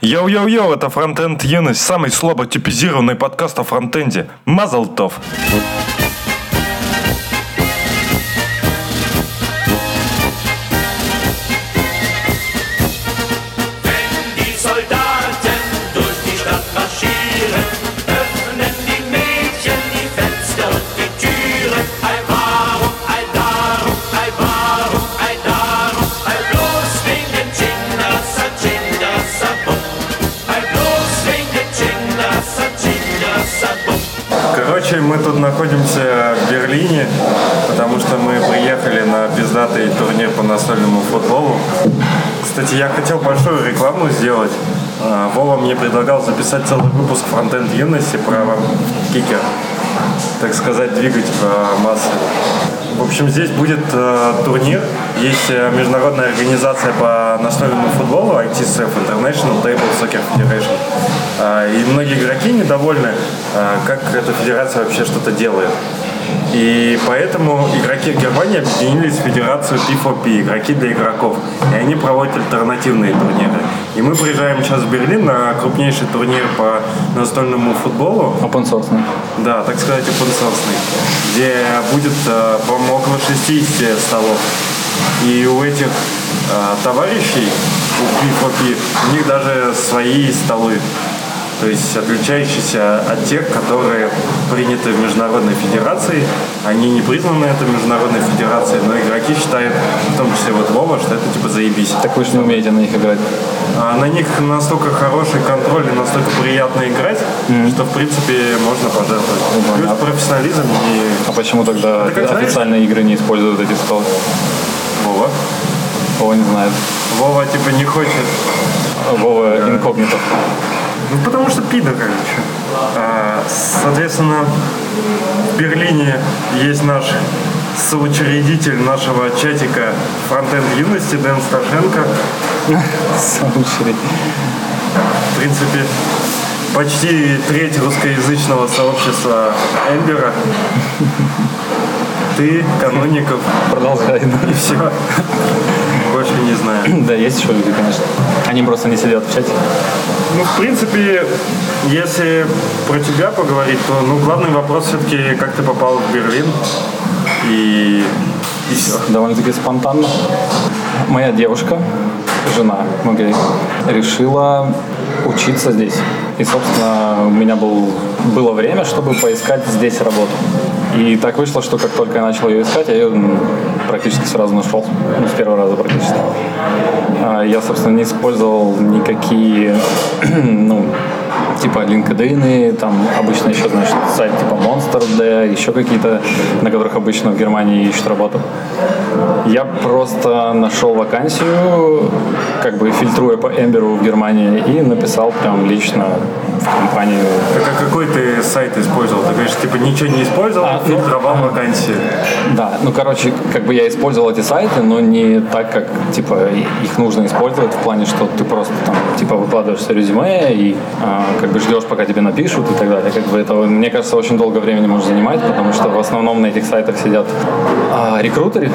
Йоу-йоу-йоу, это Фронтенд Юность, самый слабо типизированный подкаст о фронтенде. Мазал тов! Короче, мы тут находимся в Берлине, потому что мы приехали на пиздатый турнир по настольному футболу. Кстати, я хотел большую рекламу сделать. Вова мне предлагал записать целый выпуск Фронтенд Юности про кикер. Так сказать, двигать массы. В общем, здесь будет турнир. Есть международная организация по настольному футболу, ITSF, International Table Soccer Federation. И многие игроки недовольны, как эта федерация вообще что-то делает. И поэтому игроки в Германии объединились в федерацию P4P, игроки для игроков. И они проводят альтернативные турниры. И мы приезжаем сейчас в Берлин на крупнейший турнир по настольному футболу. Open source. Да, так сказать, open source, где будет, по-моему, около 60 столов. И у этих товарищей, у P4P, у них даже свои столы. То есть отличающиеся от тех, которые приняты в международной федерации. Они не признаны этой международной федерацией, но игроки считают, в том числе вот Вова, что это типа заебись. Так вы же не умеете на них играть? На них настолько хороший контроль и настолько приятно играть, что в принципе можно пожертвовать. Плюс профессионализм и... А почему тогда официальные игры не используют эти столы? Вова? Вова не знает. Вова типа не хочет. Вова инкогнито. Ну, потому что пидор, короче. Соответственно, в Берлине есть наш соучредитель нашего чатика Фронтенд Юности Дэн Сташенко. Соучредитель. В принципе, почти треть русскоязычного сообщества Эмбера. Ты, Каноников. Продолжай. И все. Больше не знаю. Да, есть еще люди, конечно. Они просто не сидят в чате. Ну, в принципе, если про тебя поговорить, то, главный вопрос все-таки, как ты попал в Берлин и все. Довольно-таки спонтанно. Моя девушка, жена Магрей, решила учиться здесь. И, собственно, у меня было время, чтобы поискать здесь работу. И так вышло, что как только я начал ее искать, я ее практически сразу нашел. С первого раза практически. Я, собственно, не использовал никакие, типа LinkedIn, там обычно еще, сайт типа Monster.d, еще какие-то, на которых обычно в Германии ищут работу. Я просто нашел вакансию, как бы фильтруя по Эмберу в Германии, и написал прям лично в компанию. А какой ты сайт использовал? Ты говоришь, типа ничего не использовал, фильтровал вакансии. Да, как бы я использовал эти сайты, но не так, как, типа, их нужно использовать в плане, что ты просто там, типа, выкладываешь свое резюме и как бы ждешь, пока тебе напишут и так далее. Как бы это, мне кажется, очень долго времени может занимать, потому что в основном на этих сайтах сидят рекрутеры.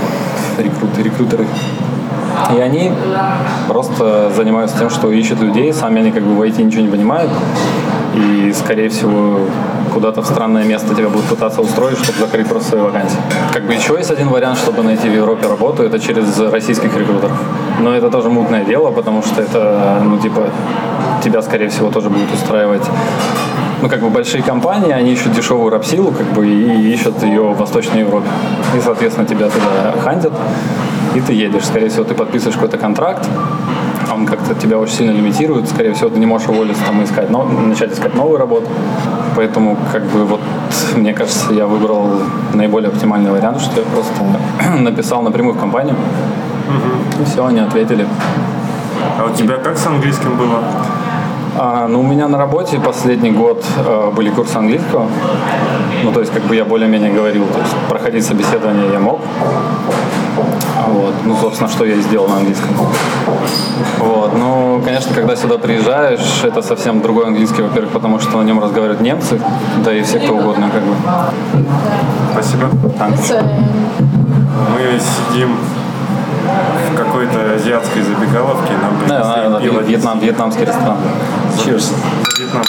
И они просто занимаются тем, что ищут людей, сами они как бы в IT ничего не понимают. И, скорее всего, куда-то в странное место тебя будут пытаться устроить, чтобы закрыть просто свои вакансии. Как бы еще есть один вариант, чтобы найти в Европе работу, это через российских рекрутеров. Но это тоже мутное дело, потому что это, тебя, скорее всего, тоже будут устраивать. Большие компании, они ищут дешевую рабсилу, и ищут ее в Восточной Европе. И, соответственно, тебя туда хантят, и ты едешь. Скорее всего, ты подписываешь какой-то контракт, он как-то тебя очень сильно лимитирует. Скорее всего, ты не можешь уволиться там и начать искать новую работу. Поэтому, мне кажется, я выбрал наиболее оптимальный вариант, что я просто написал напрямую в компанию. И все, они ответили. А у тебя как с английским было? У меня на работе последний год были курсы английского. То есть, я более-менее говорил. То есть, проходить собеседование я мог. Собственно, что я и сделал на английском. Конечно, когда сюда приезжаешь, это совсем другой английский, во-первых, потому что на нем разговаривают немцы, да и все кто угодно, Спасибо. Thanks. Мы сидим в какой-то азиатской забегаловке, нам принесли пиво. Вьетнамский ресторан. Cheers. Вьетнам.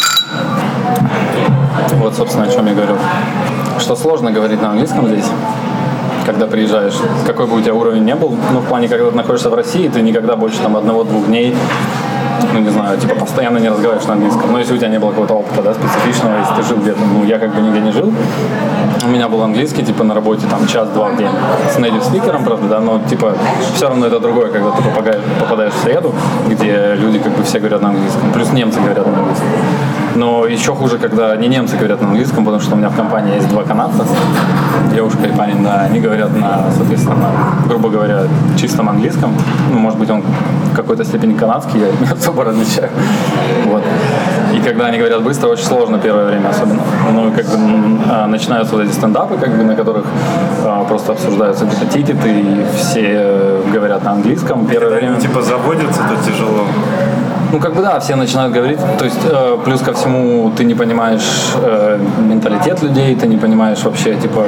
Вот, собственно, о чем я говорил. Что сложно говорить на английском здесь, когда приезжаешь, какой бы у тебя уровень ни был, ну, в плане, когда ты находишься в России, ты никогда больше там 1-2 дней, ну, не знаю, типа, постоянно не разговариваешь на английском. Но если у тебя не было какого-то опыта, да, специфичного, если ты жил где-то, ну, я как бы нигде не жил, у меня был английский, типа, на работе, там, 1-2 в день с native спикером, правда, да, но, типа, все равно это другое, когда ты попадаешь в среду, где люди, как бы, все говорят на английском, плюс немцы говорят на английском. Но еще хуже, когда не немцы говорят на английском, потому что у меня в компании есть 2 канадца, девушка и парень, да, они говорят соответственно, грубо говоря, чистом английском. Ну, может быть, он в какой-то степени канадский, я не особо различаю. Вот. И когда они говорят быстро, очень сложно первое время особенно. Ну, и как бы начинаются вот эти стендапы, как бы, на которых просто обсуждаются какие-то тикеты, и все говорят на английском. Первое время... Они типа заводятся, то тяжело. Ну, как бы да, все начинают говорить, то есть плюс ко всему ты не понимаешь менталитет людей, ты не понимаешь вообще, типа,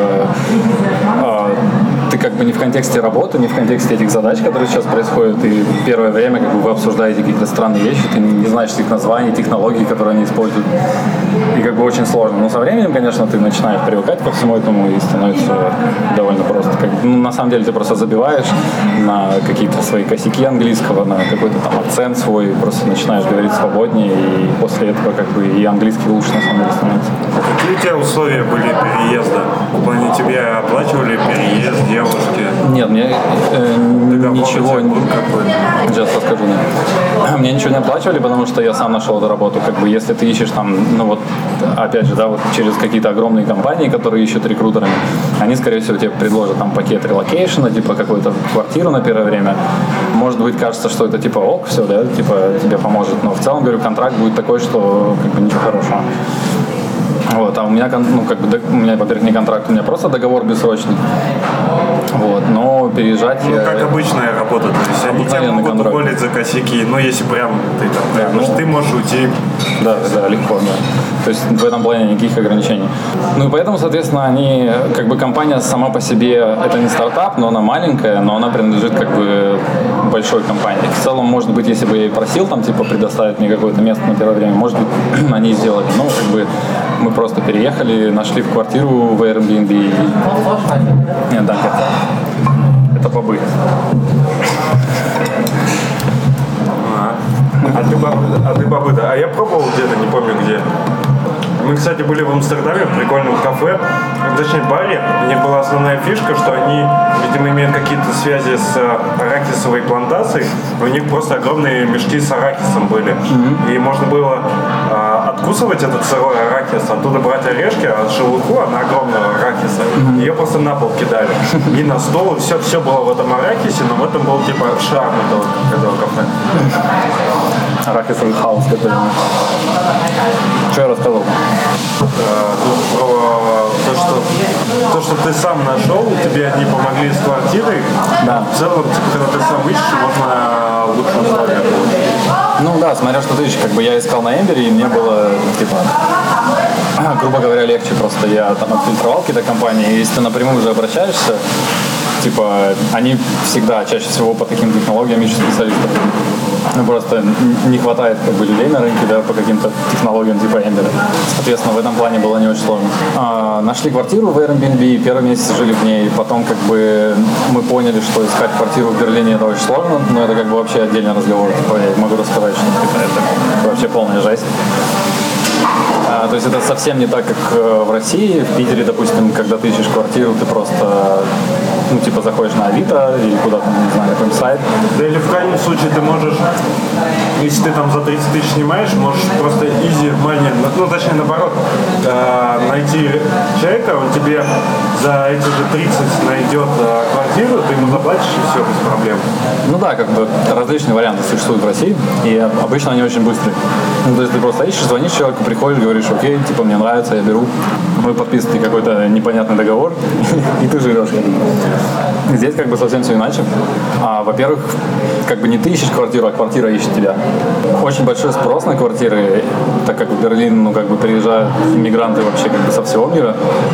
ты как бы не в контексте работы, не в контексте этих задач, которые сейчас происходят, и первое время как бы вы обсуждаете какие-то странные вещи, ты не знаешь их названий, технологий, которые они используют, и как бы очень сложно. Но со временем, конечно, ты начинаешь привыкать ко всему этому, и становится довольно просто. Ну, на самом деле ты просто забиваешь на какие-то свои косяки английского, на какой-то там акцент свой, просто начинаешь говорить свободнее, и после этого как бы и английский лучше на самом деле становится. Какие у тебя условия были переезда? В плане тебе оплачивали переезд, девушки? Нет, мне ничего... Сейчас расскажу. Мне ничего не оплачивали, потому что я сам нашел эту работу. Как бы если ты ищешь там, ну вот, опять же, да, вот через какие-то огромные компании, которые ищут рекрутерами, они, скорее всего, тебе предложат там пакет релокейшена, типа какую-то квартиру на первое время. Может быть, кажется, что это типа ок, все, да, типа тебе поможет. Но в целом, говорю, контракт будет такой, что как бы ничего хорошего. Вот, а у меня, ну, как бы, у меня, во-первых, не контракт, у меня просто договор бессрочный. Вот, но переезжать... Ну, как обычная работа, то есть они тебя могут контракт. уволить за косяки, но если прям ты там, Да, ну, ты можешь уйти. Да, легко, да. То есть в этом плане никаких ограничений. Ну и поэтому, соответственно, они, как бы компания сама по себе, это не стартап, но она маленькая, но она принадлежит как бы большой компании. В целом, может быть, если бы я и просил там, типа, предоставить мне какое-то место на первое время, может быть, они сделали. Ну, как бы мы просто переехали, нашли квартиру в Airbnb. Нет, да, это побыт. А ты побыта? А я пробовал где-то, не помню где. Мы, кстати, были в Амстердаме в прикольном кафе, точнее баре. У них была основная фишка, что они, видимо, имеют какие-то связи с арахисовой плантацией. У них просто огромные мешки с арахисом были. И можно было откусывать этот сырой арахис, оттуда брать орешки, а шелуху, она огромного арахиса, ее просто на пол кидали. И на стол, все было в этом арахисе, но в этом был типа шарм этого кафе. Арахисовый хаос какой-то. Что я рассказывал? То, что ты сам нашел, тебе они помогли с квартирой. Да. В целом, типа, когда ты сам ищешь, можно лучше условия получить. Ну да, смотря что ты ищешь. Как бы я искал на Эмбере, и мне было, типа, грубо говоря, легче. Просто я там отфильтровал какие-то компании, и если ты напрямую уже обращаешься, типа, они всегда, чаще всего по таким технологиям ищут специалистов. Ну, просто не хватает как бы людей на рынке, да, по каким-то технологиям типа Эмбера. Соответственно, в этом плане было не очень сложно. Нашли квартиру в Airbnb, первый месяц жили в ней, потом как бы мы поняли, что искать квартиру в Берлине это очень сложно, но это как бы вообще отдельный разговор. Типа, я могу рассказать, что типа, это вообще полная жесть. То есть это совсем не так, как в России. В Питере, допустим, когда ты ищешь квартиру, ты просто, ну, типа, заходишь на Авито или куда-то, не знаю, на какой-нибудь сайт. Да или в крайнем случае ты можешь, если ты там за 30 тысяч снимаешь, можешь просто easy money, ну, точнее, наоборот, найти человека, он тебе за эти же 30 найдет квартиру, ты ему заплатишь и все, без проблем. Ну да, как бы различные варианты существуют в России, и обычно они очень быстрые. Ну, то есть ты просто ищешь, звонишь человеку, приходишь, говоришь, окей, типа, мне нравится, я беру. Вы подписываете какой-то непонятный договор, и ты живешь. Здесь как бы совсем все иначе. Во-первых, как бы не ты ищешь квартиру, а квартира ищет тебя. Очень большой спрос на квартиры, так как в Берлин, ну, как бы приезжают иммигранты вообще как бы со всего мира.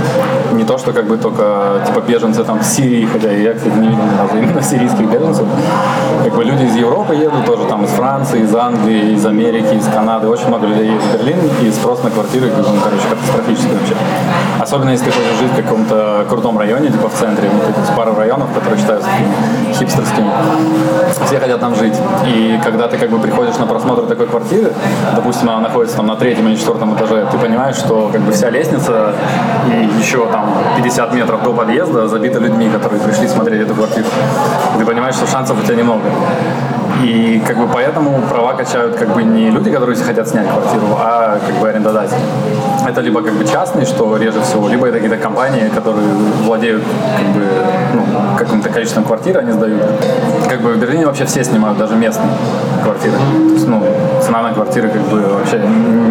не то, что как бы только типа беженцы там с Сирии, хотя я, кстати, не видел ни разу именно сирийских беженцев. Как бы люди из Европы едут, тоже там из Франции, из Англии, из Америки, из Канады. Очень много людей едет в Берлин, и спрос на квартиры, катастрофический вообще. Особенно если ты хочешь жить в каком-то крутом районе, типа в центре, вот эти пару районов, которые считаются хипстерскими. Все хотят там жить. И когда ты как бы приходишь на просмотр такой квартиры, допустим, она находится там на 3-м или 4-м этаже, ты понимаешь, что как бы вся лестница и еще там 50 метров до подъезда забита людьми, которые пришли смотреть эту квартиру. Ты понимаешь, что шансов у тебя немного. И как бы поэтому права качают как бы не люди, которые хотят снять квартиру, а как бы арендодатели. Это либо как бы частные, что реже всего, либо это какие-то компании, которые владеют как бы, каким-то количеством квартир, они сдают. Как бы в Берлине вообще все снимают, даже местные квартиры. То есть, цена на квартиры как бы вообще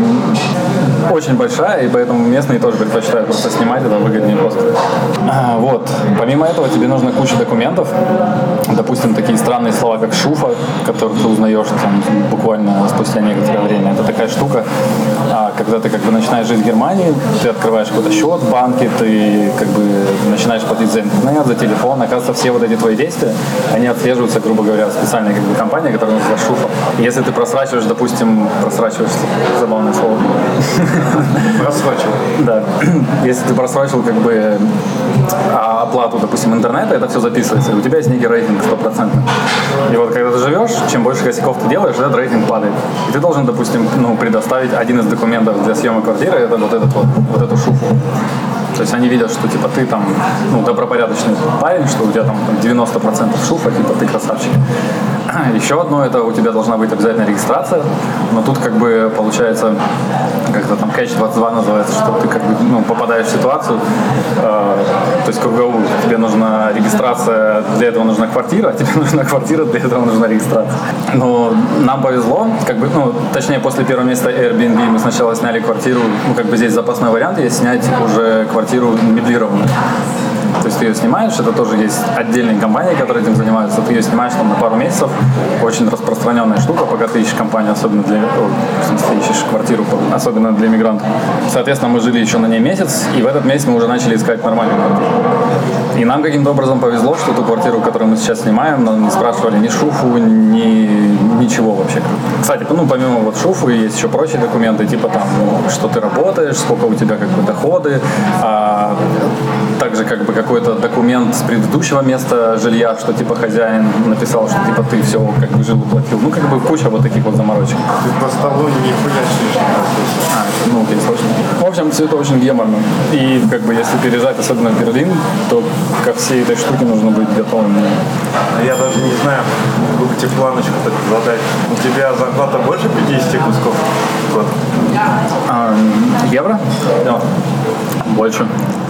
очень большая, и поэтому местные тоже предпочитают просто снимать, это выгоднее просто. Вот. Помимо этого тебе нужна куча документов. Допустим, такие странные слова, как шуфа, которые ты узнаешь там, буквально спустя некоторое время. Это такая штука, когда ты как бы начинаешь жить в Германии, ты открываешь какой-то счет в банке, ты как бы начинаешь платить за интернет, за телефон. Оказывается, все вот эти твои действия, они отслеживаются, грубо говоря, специальной как бы компанией, которая называется шуфа. Если ты просрачиваешь, допустим, забавное слово. Просрочил. Да. Если ты просрочил как бы оплату, допустим, интернета, это все записывается. И у тебя есть некий рейтинг 100%. И вот когда ты живешь, чем больше косяков ты делаешь, этот рейтинг падает. И ты должен, допустим, предоставить один из документов для съема квартиры, это вот эту шуфу. То есть они видят, что типа ты там добропорядочный парень, что у тебя там 90% шуфа, типа ты красавчик. Еще одно, это у тебя должна быть обязательно регистрация, но тут как бы получается, как-то там Catch 22 называется, что ты как бы попадаешь в ситуацию, то есть круговую, тебе нужна регистрация, для этого нужна квартира, тебе нужна квартира, для этого нужна регистрация. Но нам повезло, как бы, точнее после первого места Airbnb мы сначала сняли квартиру, как бы здесь запасной вариант есть снять уже квартиру меблированную. То есть ты ее снимаешь, это тоже есть отдельные компании, которые этим занимаются, ты ее снимаешь там на пару месяцев, очень распространенная штука, пока ты ищешь компанию, особенно в смысле ищешь квартиру, особенно для мигрантов. Соответственно, мы жили еще на ней месяц, и в этот месяц мы уже начали искать нормальную квартиру. И нам каким-то образом повезло, что ту квартиру, которую мы сейчас снимаем, нам не спрашивали ни шуфу, ничего вообще. Кстати, помимо вот шуфу есть еще прочие документы, типа там, что ты работаешь, сколько у тебя как бы доходы, также как бы какой-то документ с предыдущего места жилья, что типа хозяин написал, что типа ты все как бы жил и платил. Как бы куча вот таких вот заморочек. Ты по столу не хуячишь. Окей, сложно. В общем, все это очень геморно. И как бы если переезжать, особенно в Берлин, то ко всей этой штуке нужно быть готовым. Я даже не знаю, сколько тебе планочку так задать. У тебя зарплата больше 50 кусков в год? Евро? Да. Больше.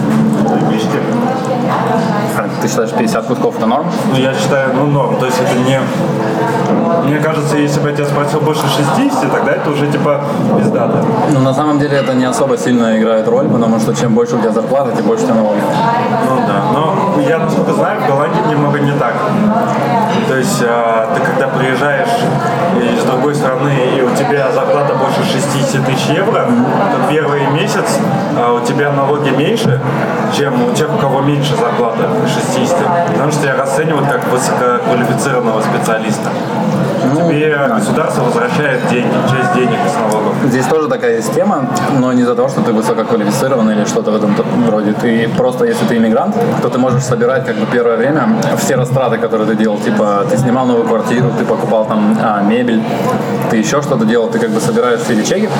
Ты считаешь 50 кусков это норм? Я считаю, норм. То есть это не... Мне кажется, если бы я тебя спросил больше 60, тогда это уже типа пиздато. На самом деле это не особо сильно играет роль, потому что чем больше у тебя зарплата, тем больше у тебя налогов. Да. Но я, насколько знаю, в Голландии немного не так. То есть ты когда приезжаешь из другой страны, и у тебя зарплата больше 60 тысяч евро, то первый месяц у тебя налоги меньше, чем у тех, у кого меньше зарплата 60. Потому что тебя расценивают как высококвалифицированного специалиста. Тебе государство возвращает деньги, часть денег из налогов. Здесь тоже такая есть тема, но не из-за того, что ты высококвалифицирован или что-то в этом роде. Ты просто, если ты иммигрант, то ты можешь собирать как бы первое время все растраты, которые ты делал. Типа ты снимал новую квартиру, ты покупал там мебель, ты еще что-то делал, ты как бы собираешь все эти чеки.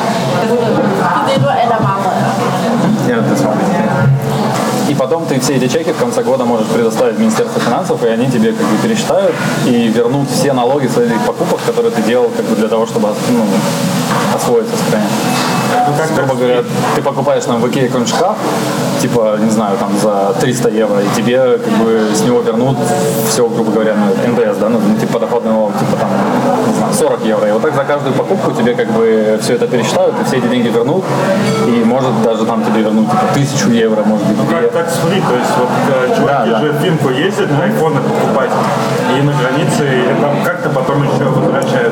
И потом ты все эти чеки в конце года можешь предоставить Министерству финансов, и они тебе как бы пересчитают и вернут все налоги с этих покупок, которые ты делал как бы для того, чтобы освоиться в стране. Грубо говоря, ты покупаешь там в Икее какой-нибудь шкаф, типа, не знаю, там за 300 евро, и тебе как бы с него вернут все, грубо говоря, НДС, да, типа подоходный налог, типа там, не знаю, 40 евро. И вот так за каждую покупку тебе как бы все это пересчитают, и все эти деньги вернут, и может даже там тебе вернут типа 1000 евро, может быть. Как смотри, то есть вот чуваки же в Финку ездят, айфоны покупать, и на границе, и там как-то потом еще возвращают.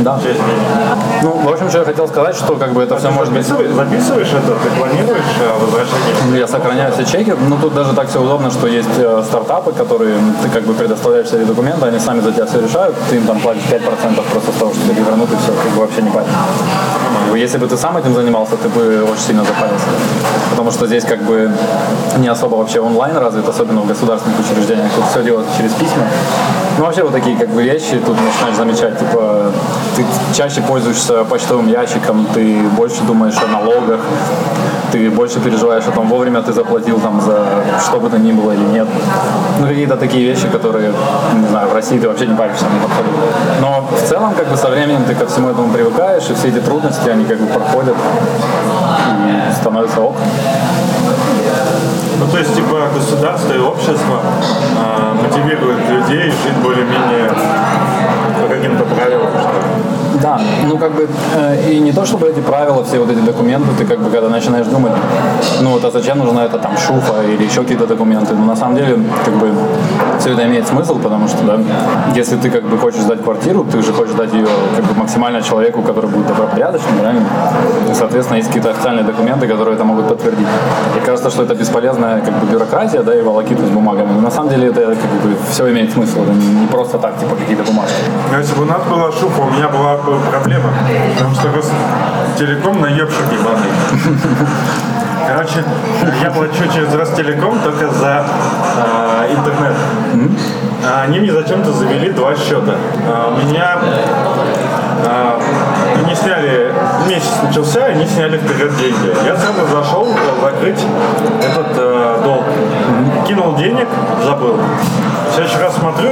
Да. часть денег. Ну, в общем, что я хотел сказать, что как бы это все может быть... Записываешь это? Ты планируешь возвращение? Я сохраняю все чеки. Ну, тут даже так все удобно, что есть стартапы, которые ты как бы предоставляешь все документы, они сами за тебя все решают, ты им там платишь 5% просто с того, что тебе вернут, и все, как бы вообще не паришь. Если бы ты сам этим занимался, ты бы очень сильно запарился. Потому что здесь как бы не особо вообще онлайн развит, особенно в государственных учреждениях. Тут все делают через письма. Ну, вообще вот такие как бы вещи тут начинаешь замечать. Типа, ты чаще пользуешься почтовым ящиком, ты больше думаешь о налогах, ты больше переживаешь о том, вовремя ты заплатил там за что бы то ни было или нет. Ну, какие-то такие вещи, которые, не знаю, в России ты вообще не паришься абсолютно. Но в целом, как бы со временем ты ко всему этому привыкаешь, и все эти трудности, они как бы проходят и становятся ок. Ну, то есть, типа, государство и общество мотивирует людей жить более-менее по каким-то правилам, что ли. Да, ну как бы и не то чтобы эти правила, все вот эти документы, ты как бы когда начинаешь думать, ну вот а зачем нужна это там шуфа или еще какие-то документы, но на самом деле как бы все это имеет смысл, потому что, да, если ты как бы хочешь сдать квартиру, ты же хочешь дать ее как бы максимально человеку, который будет добропорядочным, правильно? И, соответственно, есть какие-то официальные документы, которые это могут подтвердить. И кажется, что это бесполезная как бы бюрократия, да, и волокита с бумагами. Но на самом деле это как бы все имеет смысл, это не просто так, типа какие-то бумажки. Если бы у нас была шуфа, у меня была бы проблема, потому что Ростелеком наебщик ебаный. Короче, я плачу через Ростелеком только за интернет. Они мне зачем-то завели 2 счета. У меня они сняли, месяц начался, они сняли вперед деньги. Я сразу зашел закрыть этот долг. Кинул денег, забыл. В следующий раз смотрю,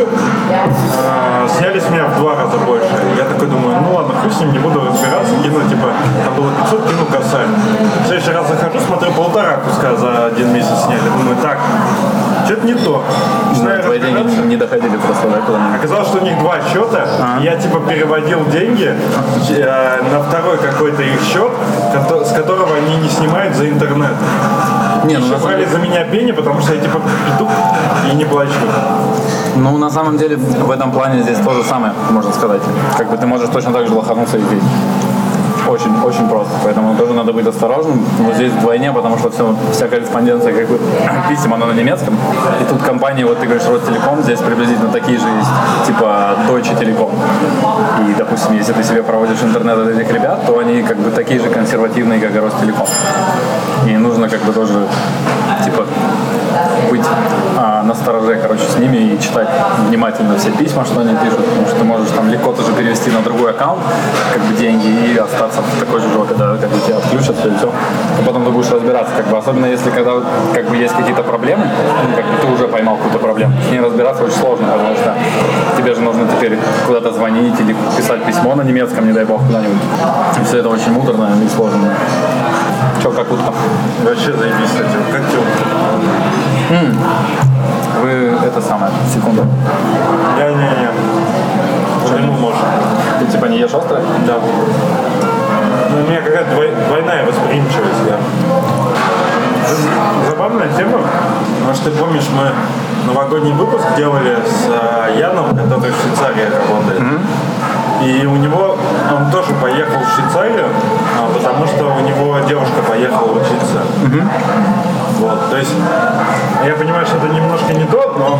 сняли с меня в 2 раза больше. Я такой думаю, ну ладно, хуй с ним, не буду разбираться. Кину, типа, там было 500, кину косарь. В следующий раз захожу, смотрю, 1,5 куска за 1 месяц сняли. Думаю, так, что-то не то. Твои деньги не доходили просто, да, куда-нибудь? Оказалось, что у них 2 счета. Я, типа, переводил деньги на второй какой-то их счет, с которого они не снимают за интернет. Не, ну, брали за меня пени, потому что я типа иду и не плачу. Ну, на самом деле, в этом плане здесь то же самое, можно сказать. Как бы ты можешь точно так же лохануться и здесь. Очень, очень просто. Поэтому тоже надо быть осторожным. Но здесь вдвойне, потому что вся корреспонденция как бы писем, она на немецком. И тут компании, вот ты говоришь, Ростелеком, здесь приблизительно такие же есть, типа Deutsche Telekom. И, допустим, если ты себе проводишь интернет от этих ребят, то они как бы такие же консервативные, как и Ростелеком. И нужно как бы тоже, типа, быть настороже, короче, с ними и читать внимательно все письма, что они пишут, потому что ты можешь там легко тоже перевести на другой аккаунт, как бы, деньги и остаться в такой же жопе, да, как бы тебя отключат, и все. И потом ты будешь разбираться, как бы, особенно если когда как бы есть какие-то проблемы, ну, как бы ты уже поймал какую-то проблему, с ней разбираться очень сложно, потому что тебе же нужно теперь куда-то звонить или писать письмо на немецком, не дай бог, куда-нибудь. И все это очень муторно и сложно. Че, как утка? Вообще заебись, кстати, как тебе? Вы это самое, секунду. Не. Почему можно? Ты типа не ешь острое? Да. Ну, у меня какая-то двойная восприимчивость, да. Забавная тема, потому что ты помнишь, мы новогодний выпуск делали с Яном, который в Швейцарии работает. И у него, он тоже поехал в Швейцарию, потому что у него девушка поехала учиться. Вот, то есть, я понимаю, что это немножко не то, но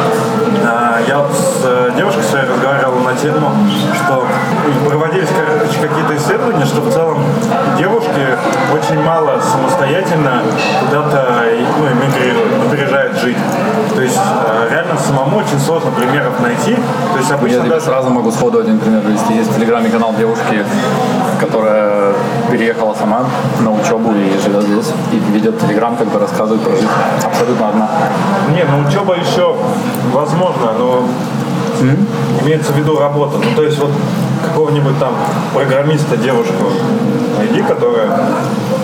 я вот с девушкой своей разговаривал на тему, что проводились, короче, какие-то исследования, что в целом девушки очень мало самостоятельно куда-то эмигрируют, приезжают жить. То есть реально самому очень сложно примеров найти. То есть обычно я тебе сразу могу сходу один пример привести. Есть в Телеграме канал девушки, которая переехала сама на учебу и живет здесь. И ведет Телеграм, как бы рассказывает про жизнь. Абсолютно одна. Не, ну учеба еще возможно, но имеется в виду работа. Ну то есть вот какого-нибудь там программиста девушку найди, которая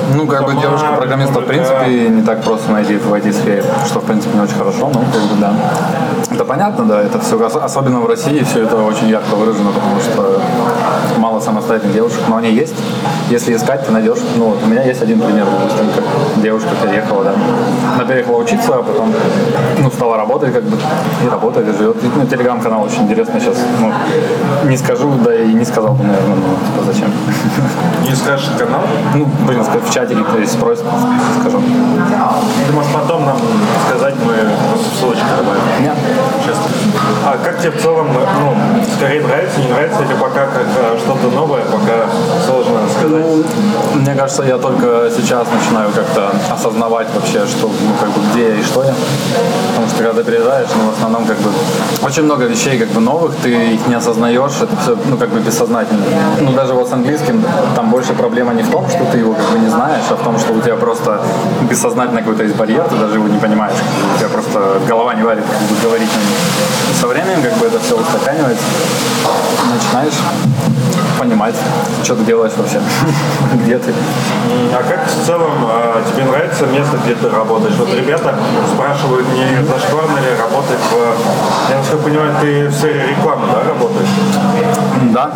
Ну, как бы девушка-программиста, в принципе, не так просто найти в IT-сфере, что, в принципе, не очень хорошо, но, как бы, да. Это понятно, да, это все, особенно в России, все это очень ярко выражено, потому что мало самостоятельных девушек, но они есть. Если искать, ты найдешь. Ну, вот, у меня есть один пример, допустим, как девушка переехала, да. Она переехала учиться, а потом, ну, стала работать, как бы, и работает, и живет. Ну, телеграм-канал очень интересный сейчас, ну, не скажу, да и не сказал бы, наверное, ну, типа, зачем. Не скажешь канал? Ну, блин, в чатике, то есть спросит, скажу. Ты можешь потом нам сказать, мы просто ссылочку добавим. Нет. Сейчас. А как тебе в целом, ну, скорее нравится, не нравится, или пока как что-то новое, пока сложно сказать? Ну, мне кажется, я только сейчас начинаю как-то осознавать вообще, что, ну, как бы, где я и что я. Потому что когда ты приезжаешь, ну, в основном, как бы, очень много вещей, как бы, новых, ты их не осознаешь, это все, ну, как бы, бессознательно. Ну, даже вот с английским, там больше проблема не в том, что ты его, как бы, не знаешь, а в том, что у тебя просто бессознательно какой-то есть барьер, ты даже его не понимаешь. У тебя просто голова не варит, как бы, говорить на нем. И со временем, как бы, это все устаканивается, начинаешь понимать, что ты делаешь вообще, где ты. А как в целом тебе нравится место, где ты работаешь? Вот ребята спрашивают, не зашкварно ли работать я насколько понимаю, ты в сфере рекламы, да, работаешь? Да.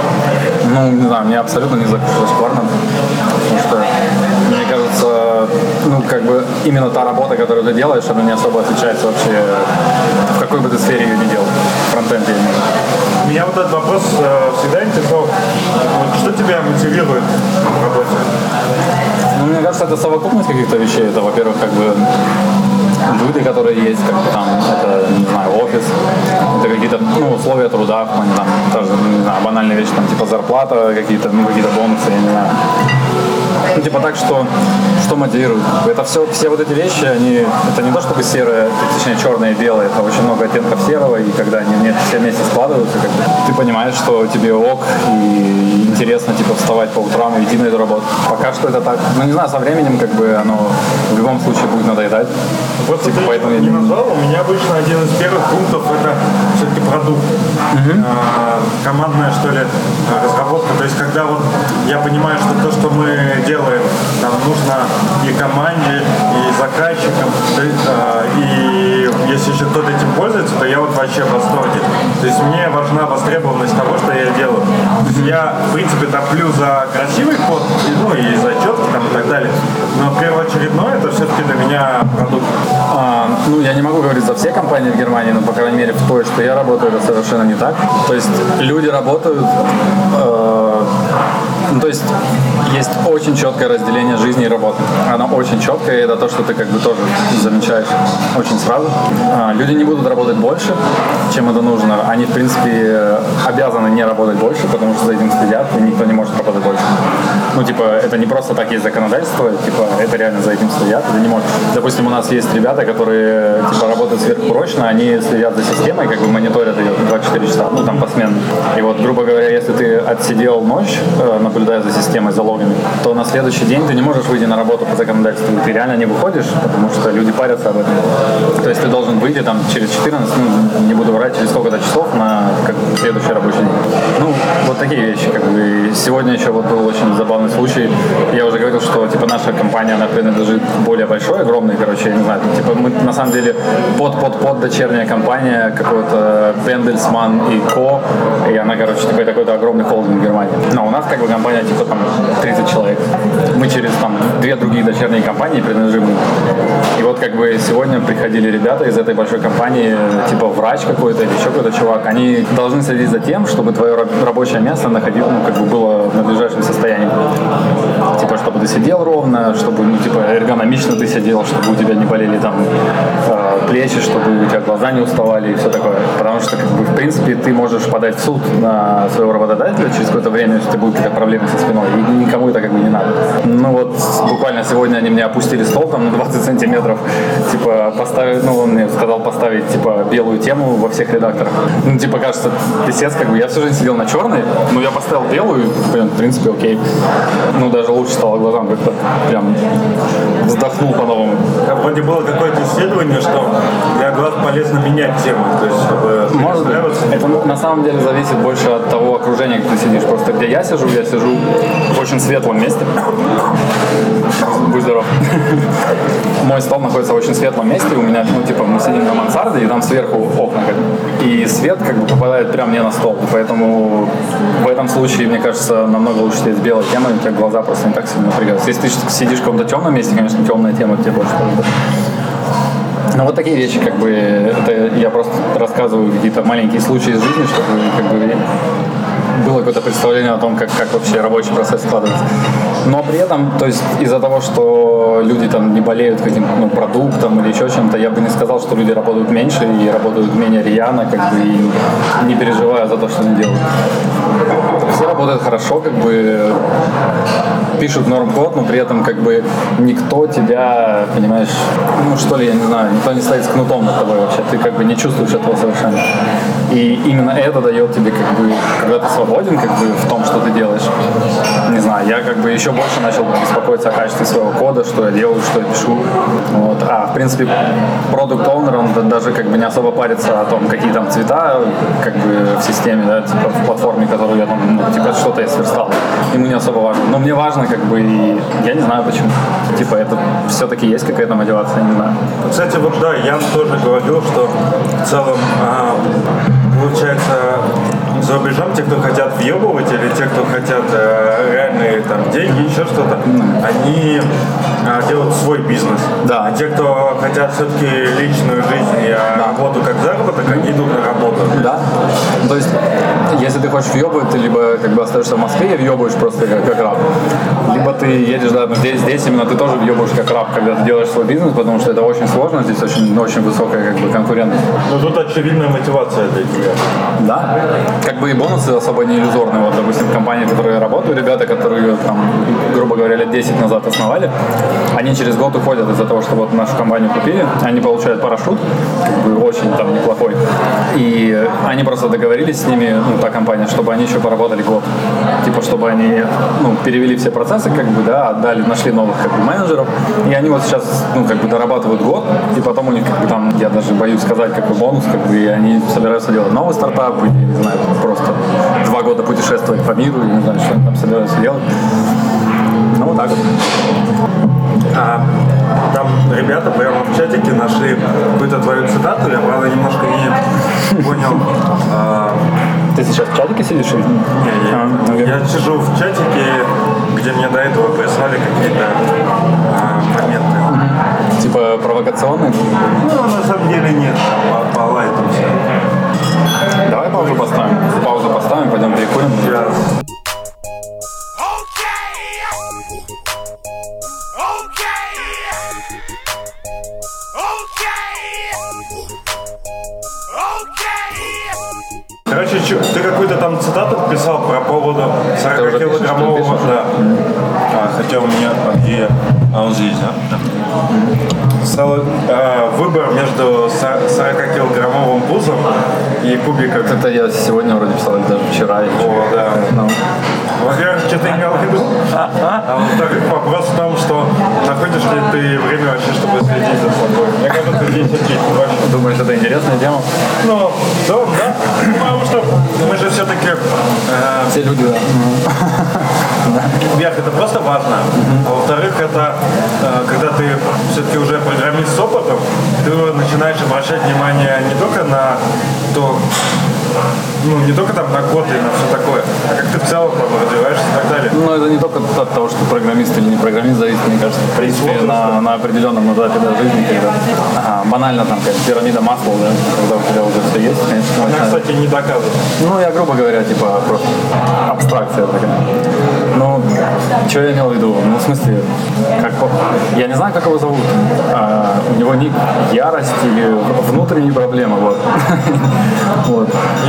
Ну, не знаю, мне абсолютно не зашкварно, потому что, мне кажется, ну, как бы, именно та работа, которую ты делаешь, она не особо отличается вообще, в какой бы ты сфере ее ни делал, фронтенд я имею в виду. Меня вот этот вопрос всегда интересовал. Вот что тебя мотивирует в работе? Ну, мне кажется, это совокупность каких-то вещей. Это, во-первых, как бы люди, которые есть, как бы там, это, не знаю, офис, это какие-то, ну, условия труда, в плане, там, даже, не знаю, банальные вещи, там, типа зарплата, какие-то, ну, какие-то бонусы, я не знаю. Ну, типа так, что мотивирует. Это все вот эти вещи, они, это не то чтобы серое, точнее черное и белое, это очень много оттенков серого, и когда они все вместе складываются, как бы, ты понимаешь, что тебе ок, и интересно, типа, вставать по утрам и идти на эту работу. Пока что это так. Ну, не знаю, со временем, как бы, оно в любом случае будет надоедать. Вот типа, ты поэтому не назвал, у меня обычно один из первых пунктов это все-таки продукт. Командная, что ли, разработка. То есть, когда вот я понимаю, что то, что мы делаем, нам нужно и команде, и заказчикам, и если еще кто-то этим пользуется, то я вот вообще в восторге. То есть мне важна востребованность того, что я делаю. То есть я, в принципе, топлю за красивый код, ну и за четкий там и так далее. Но первоочередное это все-таки для меня продукт. Ну, я не могу говорить за все компании в Германии, но, по крайней мере, в той, что я работаю, это совершенно не так. То есть люди работают, ну, то есть есть очень четкое разделение жизни и работы. Оно очень четкое, и это то, что ты как бы тоже замечаешь очень сразу. Люди не будут работать больше, чем это нужно. Они, в принципе, обязаны не работать больше, потому что за этим следят, и никто не может работать больше. Ну, типа, это не просто так есть законодательство, типа, это реально за этим следят, ты не можешь. Допустим, у нас есть ребята, которые, типа, работают сверхурочно, они следят за системой, как бы мониторят ее 24 часа, ну, там, посменно. И вот, грубо говоря, если ты отсидел ночь, наблюдая за системой, за логами, то на следующий день ты не можешь выйти на работу по законодательству. Ты реально не выходишь, потому что люди парятся об этом. То есть ты должен выйти там через 14, ну, не буду врать, через сколько-то часов на как, следующий рабочий день. Ну, вот такие вещи, как бы. И сегодня еще вот был очень забавный случай. Я уже говорил, что, типа, наша компания, она принадлежит более большой, огромной, короче, я не знаю, типа, мы на самом деле под дочерняя компания какой-то Бендельсман и Ко, и она, короче, типа, такой-то огромный холдинг в Германии. Но у нас, как бы, компания, типа, там, 30 человек. Мы через, там, 2 другие дочерние компании принадлежим. И вот, как бы, сегодня приходили ребята из этой большой компании, типа, врач какой-то или еще какой-то чувак. Они должны следить за тем, чтобы твое рабочее место находилось, ну, как бы, было в надлежащем состоянии. Типа, чтобы ты сидел ровно, чтобы, ну, типа, эргономично ты сидел, чтобы у тебя не болели, там, плечи, чтобы у тебя глаза не уставали и все такое. Потому что, как бы, в принципе, ты можешь подать в суд на своего работодателя через какое-то время, если у тебя будут какие-то проблемы со спиной, и никому это, как бы, не надо. Ну вот, буквально сегодня они мне опустили стол там на 20 сантиметров, типа, поставить, ну, он мне сказал поставить, типа, белую тему во всех редакторах. Ну, типа, кажется, писец, как бы, я всю жизнь сидел на черной, но я поставил белую, блин, в принципе, окей. Ну, даже лучше стало глазам, как-то прям вздохнул по-новому. Вроде было какое-то исследование, что для глаз полезно менять тему, то есть, чтобы... Может быть. Это на самом деле зависит больше от того окружения, где ты сидишь. Просто где я сижу в очень светлом месте. Будь здоров. Мой стол находится в очень светлом месте. У меня, ну, типа, мы сидим на мансарде, и там сверху окна. И свет, как бы, попадает прямо мне на стол. Поэтому в этом случае, мне кажется, намного лучше сидеть с белой темой, у тебя глаза просто не так сильно напрягаются. Если ты сидишь в каком-то темном месте, конечно, темная тема тебе больше подойдет. Ну, вот такие вещи, как бы, это я просто рассказываю какие-то маленькие случаи из жизни, чтобы, как бы, было какое-то представление о том, как вообще рабочий процесс складывается. Но при этом, то есть из-за того, что люди там не болеют каким-то, ну, продуктом или еще чем-то, я бы не сказал, что люди работают меньше и работают менее рьяно, как бы, и не переживая за то, что они делают. Все работают хорошо, как бы, пишут норм-код, но при этом, как бы, никто тебя, понимаешь, ну, что ли, я не знаю, никто не стоит с кнутом над тобой вообще, ты, как бы, не чувствуешь этого совершенно. И именно это дает тебе, как бы, когда ты свободен, как бы, в том, что ты делаешь. Не знаю, я, как бы, еще больше начал беспокоиться о качестве своего кода, что я делаю, что я пишу. Вот. В принципе, продукт-оунер, он даже, как бы, не особо парится о том, какие там цвета, как бы, в системе, да, типа, в платформе, которую я там, ну, типа, что-то я сверстал. Ему не особо важно. Но мне важно, как бы, и я не знаю почему. Типа, это все-таки есть какая-то мотивация, не знаю. Кстати, вот да, Ян тоже говорил, что в целом, получается, за рубежом те, кто хотят въебывать, или те, кто хотят реальные там деньги, еще что-то, они делают свой бизнес. Да. А те, кто хотят все-таки личную жизнь и работу как заработок, они идут на работу. Да. То есть, если ты хочешь въебывать, ты либо, как бы, остаешься в Москве и въебываешь просто как раб, либо ты едешь, да, здесь именно ты тоже въебываешь как раб, когда ты делаешь свой бизнес, потому что это очень сложно, здесь очень высокая, как бы, конкурентность. Но тут очевидная мотивация для тебя. Да. Как бы и бонусы особо не иллюзорные. Вот, допустим, компании, в которой я работаю, ребята, которые, там, грубо говоря, лет 10 назад основали, они через год уходят из-за того, что вот нашу компанию купили, они получают парашют, как бы, очень там неплохой, и они просто договорились с ними, ну, та компания, чтобы они еще поработали год, типа, чтобы они, ну, перевели все процессы, как бы, да, отдали, нашли новых, как бы, менеджеров, и они вот сейчас, ну, как бы, дорабатывают год, и потом у них, как бы, там, я даже боюсь сказать, как бы, бонус, как бы, и они собираются делать новый стартап, и, не знаю, просто 2 года путешествовать по миру, и не знаю, что они там собираются делать. Ну, вот так вот. Там ребята прямо в чатике нашли какую-то твою цитату, я, правда, немножко не понял. Ты сейчас в чатике сидишь? Не, я сижу в чатике, где мне до этого прислали какие-то моменты. Типа провокационные? Ну, на самом деле нет, по лайту все. Давай паузу поставим. Паузу поставим, пойдем перекурим. Короче, ты какую-то там цитату писал про поводу 40-килограммового... Да. Хотя у меня... он здесь, да? Выбор между 40-килограммовым пузом и кубиком. Это я сегодня вроде писал, или даже вчера. О, да. Во-первых, что ты имел в виду? А во-вторых, вопрос в том, что находишь ли ты время вообще, чтобы следить за собой. Мне кажется, здесь вообще. Думаешь, это интересная тема? Ну, в целом, да. Потому что мы же все-таки... Все люди, да. Во-первых, это просто важно. А во-вторых, это когда ты все-таки уже программист с опытом, ты начинаешь обращать внимание не только на то, ну, не только там на код и на все такое, а как ты в целом там развиваешься и так далее. Ну, это не только от того, что программист или не программист зависит, мне кажется, в принципе, на определенном этапе жизни, когда банально там какая-то пирамида масла, да, когда у тебя уже все есть, конечно. Она, кстати, не доказывает. Ну, я, грубо говоря, типа, просто абстракция такая. Ну, что я имел в виду? Ну, в смысле, я не знаю, как его зовут. У него ник Ярость или внутренние проблемы, вот. Ярости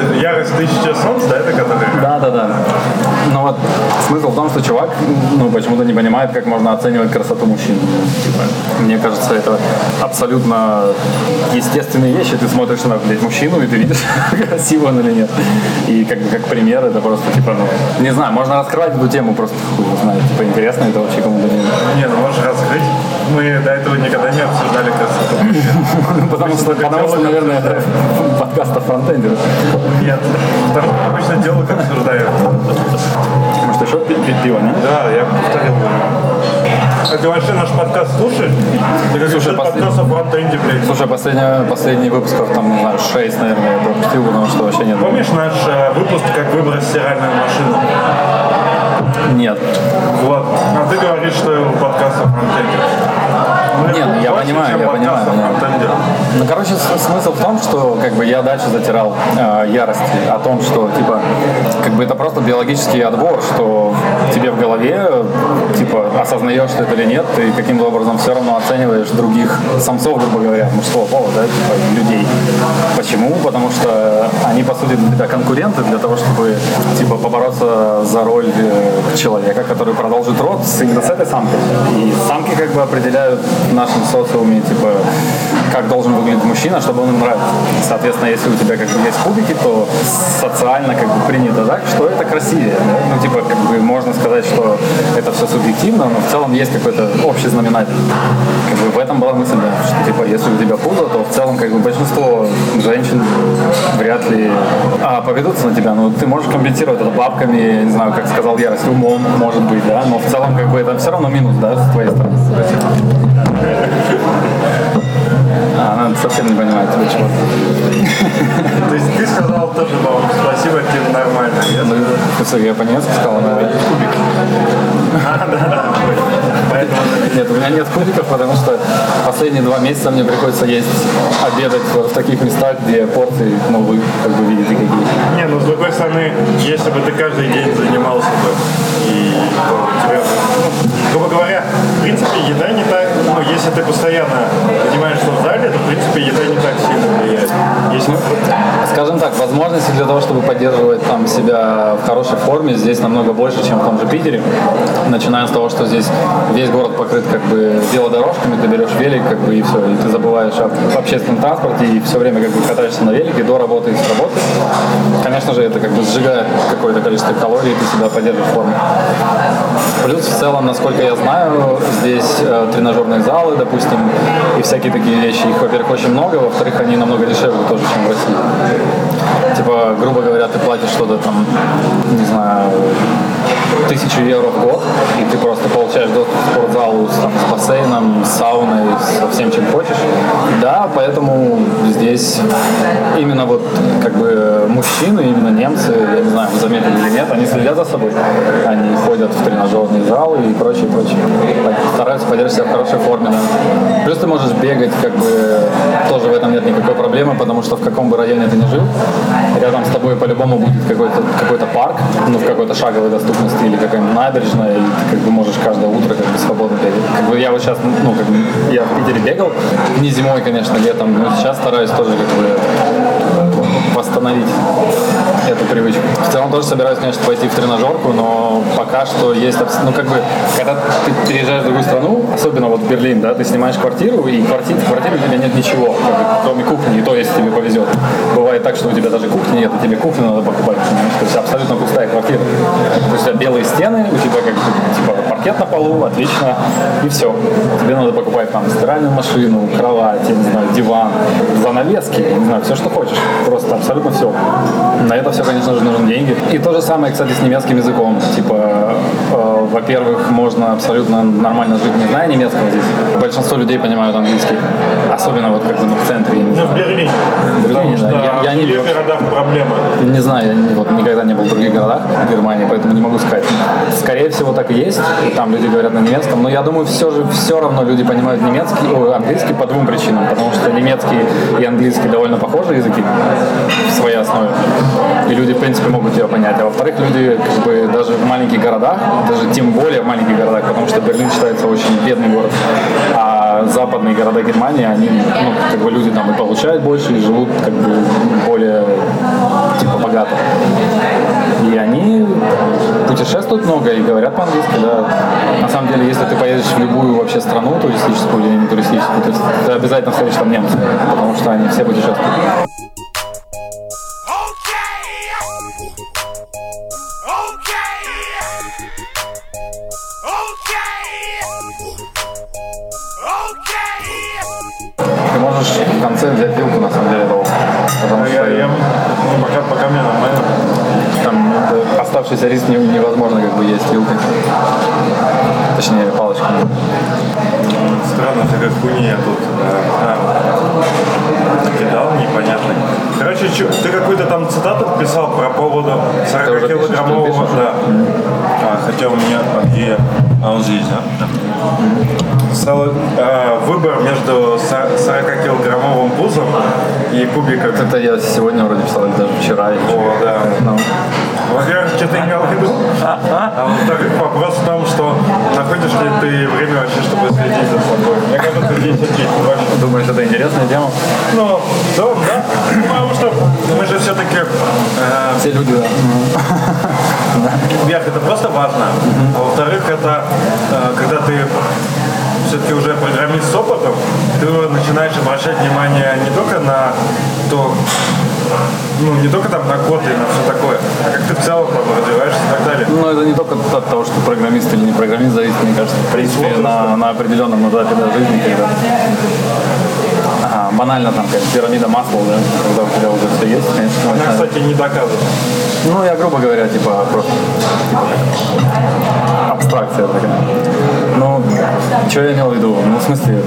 Ярость 1000 солнц, да, это который? Да. Но вот смысл в том, что чувак, почему-то не понимает, как можно оценивать красоту мужчин. Типа, мне кажется, это абсолютно естественные вещи. Ты смотришь на, мужчину, и ты видишь, красивый он или нет. И как пример, это просто, типа, не знаю, можно раскрывать эту тему, просто хуй знает. Типа, интересно это вообще кому-то нет. Не, можешь раскрыть. Мы до этого никогда не обсуждали красоту. Потому что, наверное, это подкаст о фронтендерах. Нет, потому что обычно дело как обсуждают. Может, еще пиво, не? Да, я повторил. А ты вообще наш подкаст слушаешь? Ты как слушай, подкаст о фронтенде, блядь. Слушай, последний выпусков, там, не знаю, 6, наверное, я пропустил, потому что вообще нет. Помнишь наш выпуск, как выбрать стиральную машину? Нет. Вот. А ты говоришь, что подкаст о фронтенде. Нет, я понимаю. Ну, короче, смысл в том, что как бы я дальше затирал ярости о том, что типа как бы это просто биологический отбор, что тебе в голове типа осознаешь ты это или нет, ты каким-то образом все равно оцениваешь других самцов, грубо говоря, мужского пола, да, типа людей. Почему? Потому что они, по сути, для тебя конкуренты для того, чтобы типа побороться за роль человека, который продолжит род именно с этой самкой. И самки как бы определяют в нашем социуме, типа, как должен выглядеть мужчина, чтобы он им нравился. Соответственно, если у тебя как бы есть кубики, то социально как бы принято так, что это красивее. Да? Ну, типа, как бы можно сказать, что это все субъективно, но в целом есть какой-то общий знаменатель. Как бы в этом была мысль, да, что типа, если у тебя пузо, то в целом как бы большинство женщин вряд ли поведутся на тебя. Ну, ты можешь компенсировать это бабками, не знаю, как сказал я, с умом, может быть, да, но в целом как бы это все равно минус, да, с твоей стороны. Она совсем не понимает тебя, чего. То есть ты сказал тоже, по-моему, спасибо, тебе нормально. Я по-немецки сказал, наверное. Кубик. Да. Нет, у меня нет кубиков, потому что последние 2 месяца мне приходится есть, обедать в таких местах, где порции, вы как бы видите какие. Не, ну с другой стороны, если бы ты каждый день занимался бы, и то тебя, грубо говоря, в принципе, еда не так, если ты постоянно занимаешься в зале, то, в принципе, еда не так сильно влияет. Если... Скажем так, возможности для того, чтобы поддерживать там себя в хорошей форме, здесь намного больше, чем в том же Питере. Начиная с того, что здесь весь город покрыт как бы велодорожками, ты берешь велик, как бы, и все, и ты забываешь об общественном транспорте, и все время как бы катаешься на велике до работы и с работы. Конечно же, это как бы сжигает какое-то количество калорий, и ты себя поддерживаешь в форме. Плюс, в целом, насколько я знаю, здесь тренажерные залы, допустим, и всякие такие вещи. Их, во-первых, очень много, во-вторых, они намного дешевле тоже, чем в России. Типа, грубо говоря, ты платишь что-то там, не знаю, 1000 евро в год, и ты просто получаешь доступ к спортзалу с бассейном, с сауной, со всем, чем хочешь. Да, поэтому здесь именно вот как бы мужчины, именно немцы, я не знаю, вы заметили или нет, они следят за собой. Они ходят в тренажерные залы и прочее. Стараются поддерживать себя в хорошей форме. Да. Плюс ты можешь бегать, как бы тоже в этом нет никакой проблемы, потому что в каком бы районе ты ни жил, рядом с тобой по-любому будет какой-то парк, в какой-то шаговой доступности или какая-нибудь набережная, и ты как бы можешь каждое утро как бы свободно бегать. Как бы я вот сейчас, как бы я в Питере бегал, не зимой, конечно, летом, но сейчас стараюсь тоже как бы восстановить эту привычку. В целом тоже собираюсь, конечно, пойти в тренажерку, но пока что есть, как бы, когда ты переезжаешь в другую страну, особенно вот в Берлин, да, ты снимаешь квартиру, и в квартире у тебя нет ничего, как бы, кроме кухни, и то, если тебе повезет. Бывает так, что у тебя даже кухни нет, и тебе кухню надо покупать, понимаешь? То есть абсолютно пустая квартира. То есть у тебя белые стены, у тебя как бы, типа, паркет на полу, отлично, и все. Тебе надо покупать там стиральную машину, кровать, я не знаю, диван, занавески, не знаю, все, что хочешь. Просто абсолютно все. На это все, конечно же, нужны деньги. И то же самое, кстати, с немецким языком. Типа, во-первых, можно абсолютно нормально жить, не зная немецкого здесь. Большинство людей понимают английский. Особенно вот как бы в центре. В Берлине. Потому что я не в других городах проблема. Не знаю, я никогда не был в других городах в Германии, поэтому не могу сказать. Скорее всего, так и есть. Там люди говорят на немецком. Но я думаю, все равно люди понимают английский по 2 причинам. Потому что немецкий и английский довольно похожие языки в своей основе. И люди, в принципе, могут его понять. А во-вторых, люди как бы даже в маленьких городах, даже тем более в маленьких городах, потому что Берлин считается очень бедный город. А западные города Германии, они, как бы люди там и получают больше, и живут как бы более типа богатых. И они путешествуют много и говорят по-английски, да. На самом деле, если ты поедешь в любую вообще страну, туристическую или не туристическую, то ты обязательно встретишь там немцев, потому что они все путешествуют. Ты можешь в конце взять вилку, на самом деле, долго. Потому что пока мне нормально. там оставшийся рис невозможно как бы есть вилкой. Точнее, палочкой. Странно, всякая хуйня я тут кидал, непонятно. Короче, ты какую-то там цитату писал про поводу 40-килограммового. Да. Хотя у меня... он здесь, да? Выбор между 40-килограммовым пузом и кубиком. Это я сегодня вроде писал, даже вчера. О, да. Во-первых, что ты имел в виду? А во-вторых, вопрос в том, что находишь ли ты время вообще, чтобы следить за собой. Мне кажется, здесь окей. Думаешь, это интересная тема? Ну, в целом, да. Потому что мы же все-таки... Все люди, да. Вверх, это просто важно. А во-вторых, это когда ты все-таки уже программист с опытом, ты начинаешь обращать внимание не только на то, не только там на код и на все такое, а как ты в целом там развиваешься и так далее. Ну, это не только от того, что программист или не программист зависит, мне кажется, в принципе, на определенном этапе жизни, когда банально там как пирамида Маслоу, да, когда у тебя уже все есть, конечно. Она, кстати, не доказана. Ну, я, грубо говоря, просто абстракция такая. Ну, что я имел в виду? Ну, в смысле,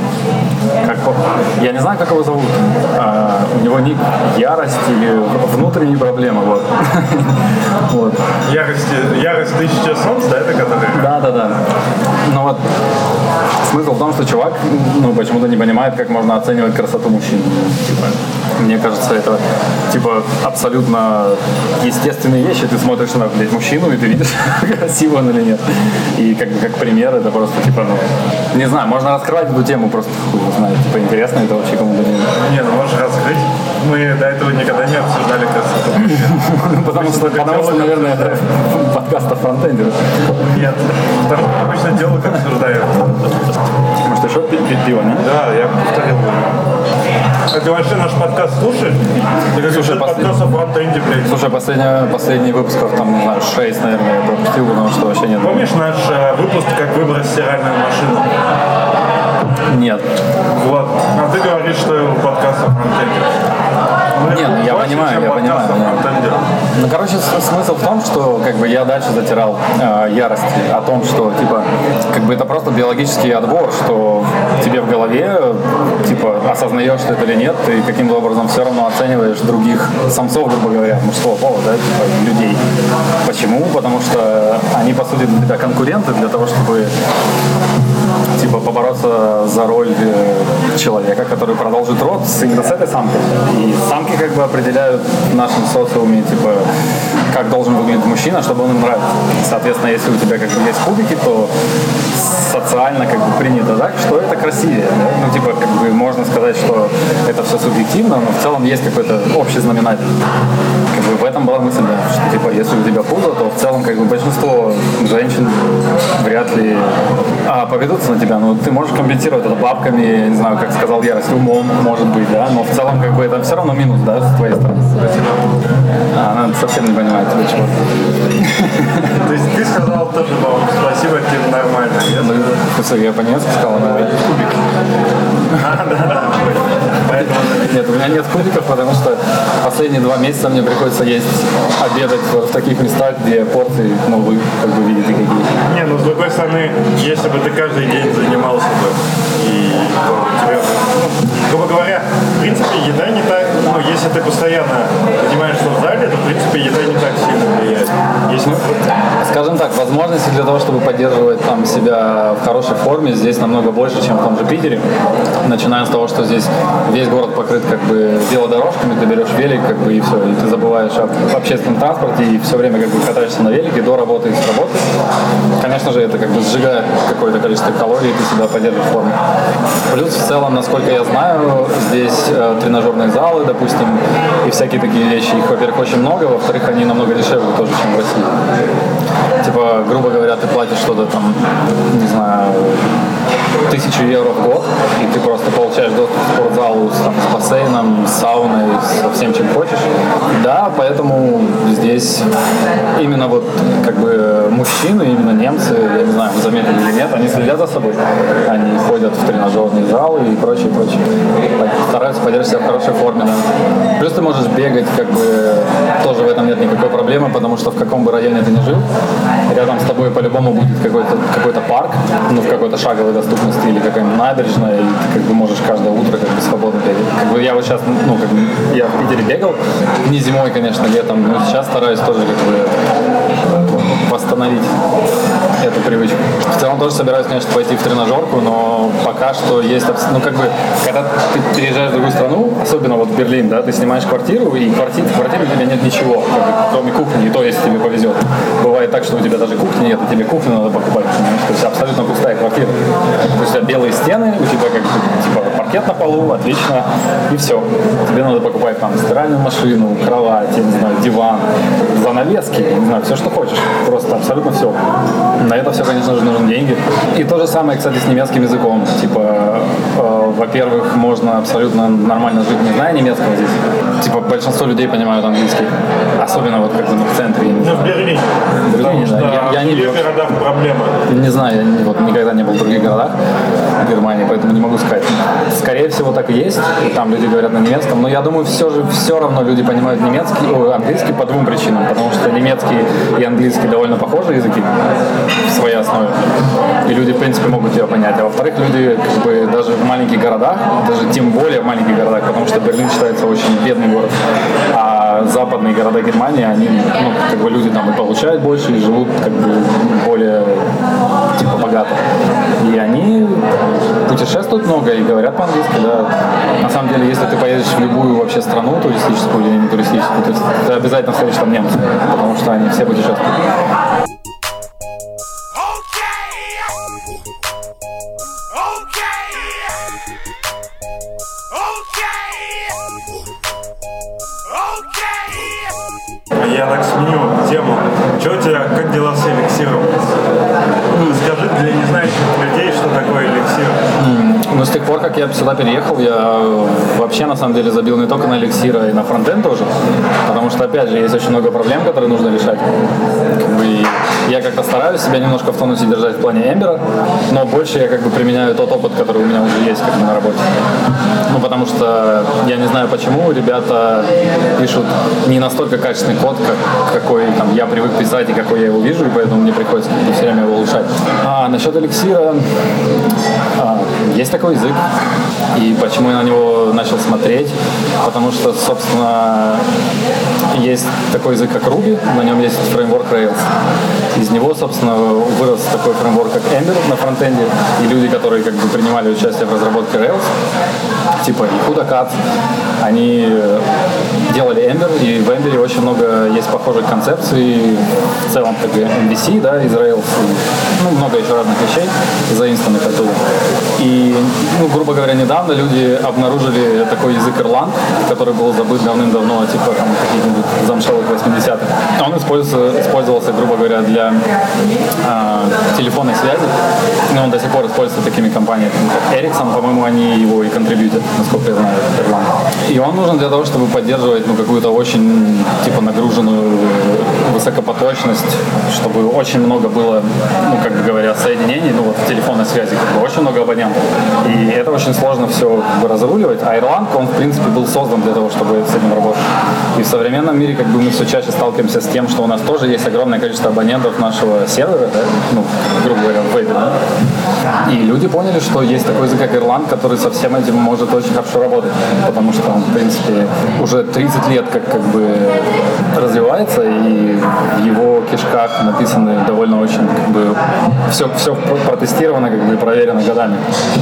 я не знаю, как его зовут. У него ник Ярость или внутренние проблемы, вот. Вот. Ярость 1000 солнц, да, это который? Да. Ну вот, смысл в том, что чувак, почему-то не понимает, как можно оценивать красоту мужчин. Типа, мне кажется, это, абсолютно естественные вещи. Ты смотришь на, мужчину, и ты видишь, красивый он или нет. И как пример, это просто, не знаю, можно раскрывать эту тему, просто хуй знает, интересно это вообще кому-то нет. Не, можешь раскрыть. Мы до этого никогда не обсуждали красоту. Потому что, наверное, это подкаст о фронтенде. Нет, потому что обычно дело как обсуждают. Может, еще пить пиво, не? Да, я повторил. А ты вообще наш подкаст слушаешь? Слушай, подкаст о фронтенде, блядь. Слушай, последний выпусков, там, не знаю, 6, наверное, я пропустил, потому что вообще нет. Помнишь наш выпуск, как выбрать стиральную машину? Нет. Вот. А ты говоришь, что подкаст о фронтенде. Нет, я понимаю. Ну, короче, смысл в том, что я дальше затирал ярость о том, что это просто биологический отбор, что тебе в голове осознаешь ты это или нет, ты каким-то образом все равно оцениваешь других самцов, грубо говоря, мужского пола, да, людей. Почему? Потому что они, по сути, для тебя конкуренты для того, чтобы побороться за роль человека, который продолжит род именно с этой самкой. И самки определяют в нашем социуме, как должен выглядеть мужчина, чтобы он им нравился. Соответственно, если у тебя есть кубики, то социально принято так, что это красивее. Да? Можно сказать, что это все субъективно, но в целом есть какой-то общий знаменатель. В этом была мысль, да, что если у тебя пузо, то в целом большинство женщин вряд ли поведутся на тебя. Ну, ты можешь компенсировать это бабками, не знаю, как сказал Ярость, умом, может быть, да, но в целом это все равно минус, да, с твоей стороны. Она совсем не понимает тебя чего. То есть ты сказал тоже, по-моему, спасибо, тебе нормально. Я по-немецки сказал, но это кубик. Да. Нет, у меня нет кубиков, потому что последние 2 месяца мне приходится есть, обедать в таких местах, где порции, вы видите какие. Не, с другой стороны, если бы ты каждый день занимался бы, и тебе, грубо говоря, в принципе, еда не так, если ты постоянно занимаешься в зале, то, в принципе, еда не так сильно влияет. Скажем так, возможности для того, чтобы поддерживать себя в хорошей форме, здесь намного больше, чем в том же Питере. Начиная с того, что здесь весь город покрыт велодорожками, ты берешь велик, и все, и ты забываешь об общественном транспорте и все время катаешься на велике до работы и с работы. Конечно же, это сжигает какое-то количество калорий, и ты себя поддерживаешь в форме. Плюс в целом, насколько я знаю, здесь тренажерные залы, допустим, и всякие такие вещи. Их, во-первых, очень много, во-вторых, они намного дешевле тоже, чем в России. Типа, грубо говоря, ты платишь что-то там, не знаю, 1000 евро в год, и ты просто получаешь доступ к спортзалу с бассейном, с сауной, со всем, чем хочешь. Да, поэтому здесь именно вот как бы мужчины, именно немцы, я не знаю, вы заметили или нет, они следят за собой. Они ходят в тренажерные залы и прочее. Стараются поддерживать себя в хорошей форме. Да. Плюс ты можешь бегать, как бы тоже в этом нет никакой проблемы, потому что в каком бы районе ты ни жил, рядом с тобой по-любому будет какой-то парк, ну, в какой-то шаговой доступности или какая-нибудь набережная, и ты как бы можешь каждое утро как бы свободно бегать. Как бы я вот сейчас, ну, как бы я в Питере бегал, не зимой, конечно, летом, но сейчас стараюсь тоже как бы восстановить эту привычку. В целом тоже собираюсь, конечно, пойти в тренажерку, но пока что есть, ну, как бы, когда ты переезжаешь в другую страну, особенно вот в Берлин, да, ты снимаешь квартиру, и в квартире у тебя нет ничего, как бы, кроме кухни, и то, если тебе повезет. Бывает так, что у тебя даже кухни нет, и тебе кухню надо покупать, понимаешь? То есть абсолютно пустая квартира. То есть у тебя белые стены, у тебя как бы, типа, паркет на полу, отлично, и все. Тебе надо покупать там стиральную машину, кровать, я не знаю, диван, занавески, не знаю, все, что хочешь. Просто абсолютно все. На это все, конечно же, нужны деньги. И то же самое, кстати, с немецким языком. Типа, во-первых, можно абсолютно нормально жить, не зная немецкого здесь. Типа, большинство людей понимают английский. Особенно вот как-то в центре. Ну, в Берлине. В Берлине, да. Я не в других городах проблема. Не знаю, я вот никогда не был в других городах в Германии, поэтому не могу сказать. Скорее всего, так и есть. Там люди говорят на немецком. Но я думаю, все равно люди понимают английский по двум причинам. Потому что немецкий и английский довольно похожие языки в своей основе. И люди, в принципе, могут ее понять. А во-вторых, люди как бы даже в маленьких городах, даже тем более в маленьких городах, потому что Берлин считается очень бедный город. А западные города Германии, они, ну, как бы люди там и получают больше, и живут как бы более типа богато. И они путешествуют много и говорят по-английски, да. На самом деле, если ты поедешь в любую вообще страну туристическую или не туристическую, то ты обязательно встретишь там немцев, потому что они все путешествуют. Я так сменю тему. Что у тебя, как дела с эликсиром? Скажи для незнающих людей, что такое эликсир. Но с тех пор, как я сюда переехал, я вообще на самом деле забил не только на эликсир, а и на фронтенд тоже. Потому что, опять же, есть очень много проблем, которые нужно решать. Как бы я как-то стараюсь себя немножко в тонусе держать в плане Ember, но больше я как бы применяю тот опыт, который у меня уже есть как бы на работе. Ну, потому что я не знаю почему, ребята пишут не настолько качественный код, какой там я привык писать и какой я его вижу, и поэтому мне приходится все время его улучшать. А насчет эликсира, есть такой язык, и почему я на него начал смотреть, потому что, собственно, есть такой язык, как Ruby, на нем есть фреймворк Rails. Из него, собственно, вырос такой фреймворк, как Ember на фронтенде, и люди, которые как бы принимали участие в разработке Rails, типа Yehuda Katz, они делали Ember, и в Ember очень много есть похожих концепций, в целом как бы MVC, да, из Rails, и, ну, много еще разных вещей, заимствованных оттуда. И, ну, грубо говоря, недавно люди обнаружили такой язык Erlang, который был забыт давным-давно, типа там каких-нибудь замшелых 80-х. Он использовался, грубо говоря, для телефонной связи, но он до сих пор используется такими компаниями, как Ericsson, по-моему, они его и контрибьютят, насколько я знаю, Erlang. И он нужен для того, чтобы поддерживать, ну, какую-то очень, типа, нагруженную высокопоточность, чтобы очень много было, ну, как бы говоря, соединений, ну, вот в телефонной связи, как бы, очень много абонентов. И это очень сложно все как бы разруливать. А Erlang, он, в принципе, был создан для того, чтобы с этим работать. И в современном мире, как бы, мы все чаще сталкиваемся с тем, что у нас тоже есть огромное количество абонентов нашего сервера, да? Ну, грубо говоря, в вебе, да? И люди поняли, что есть такой язык, как Erlang, который со всем этим может очень хорошо работать, потому что он, в принципе, уже 30 лет как бы развивается, и в его кишках написаны довольно очень, как бы, все протестировано, как бы, и проверено годами.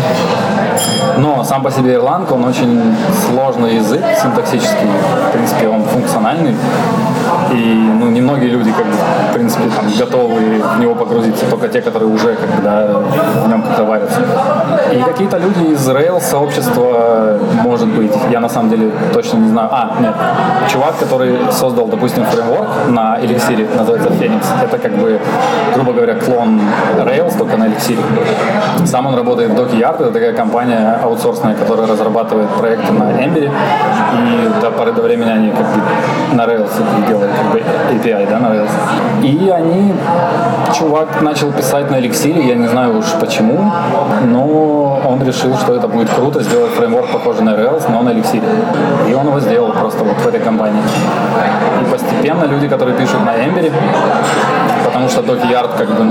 Но сам по себе Erlang, он очень сложный язык синтаксический, в принципе, он функциональный, И немногие люди, как бы, в принципе, там, готовы в него погрузиться, только те, которые уже в нем как-то варятся. И какие-то люди из Rails-сообщества, может быть, я на самом деле точно не знаю. Нет. Чувак, который создал, допустим, фреймворк на Elixir, называется Phoenix. Это как бы, грубо говоря, клон Rails, только на Elixir. Сам он работает в DockyArt, это такая компания аутсорсная, которая разрабатывает проекты на Ember. И до поры до времени они как бы на Rails делают как бы API, да, на Rails. И чувак начал писать на Elixir, я не знаю уж почему, но он решил, что это будет круто, сделать фреймворк похожий на Rails, но на Elixir. И он его сделал просто вот в этой компании. И постепенно люди, которые пишут на Ember, потому что DockyArt как бы,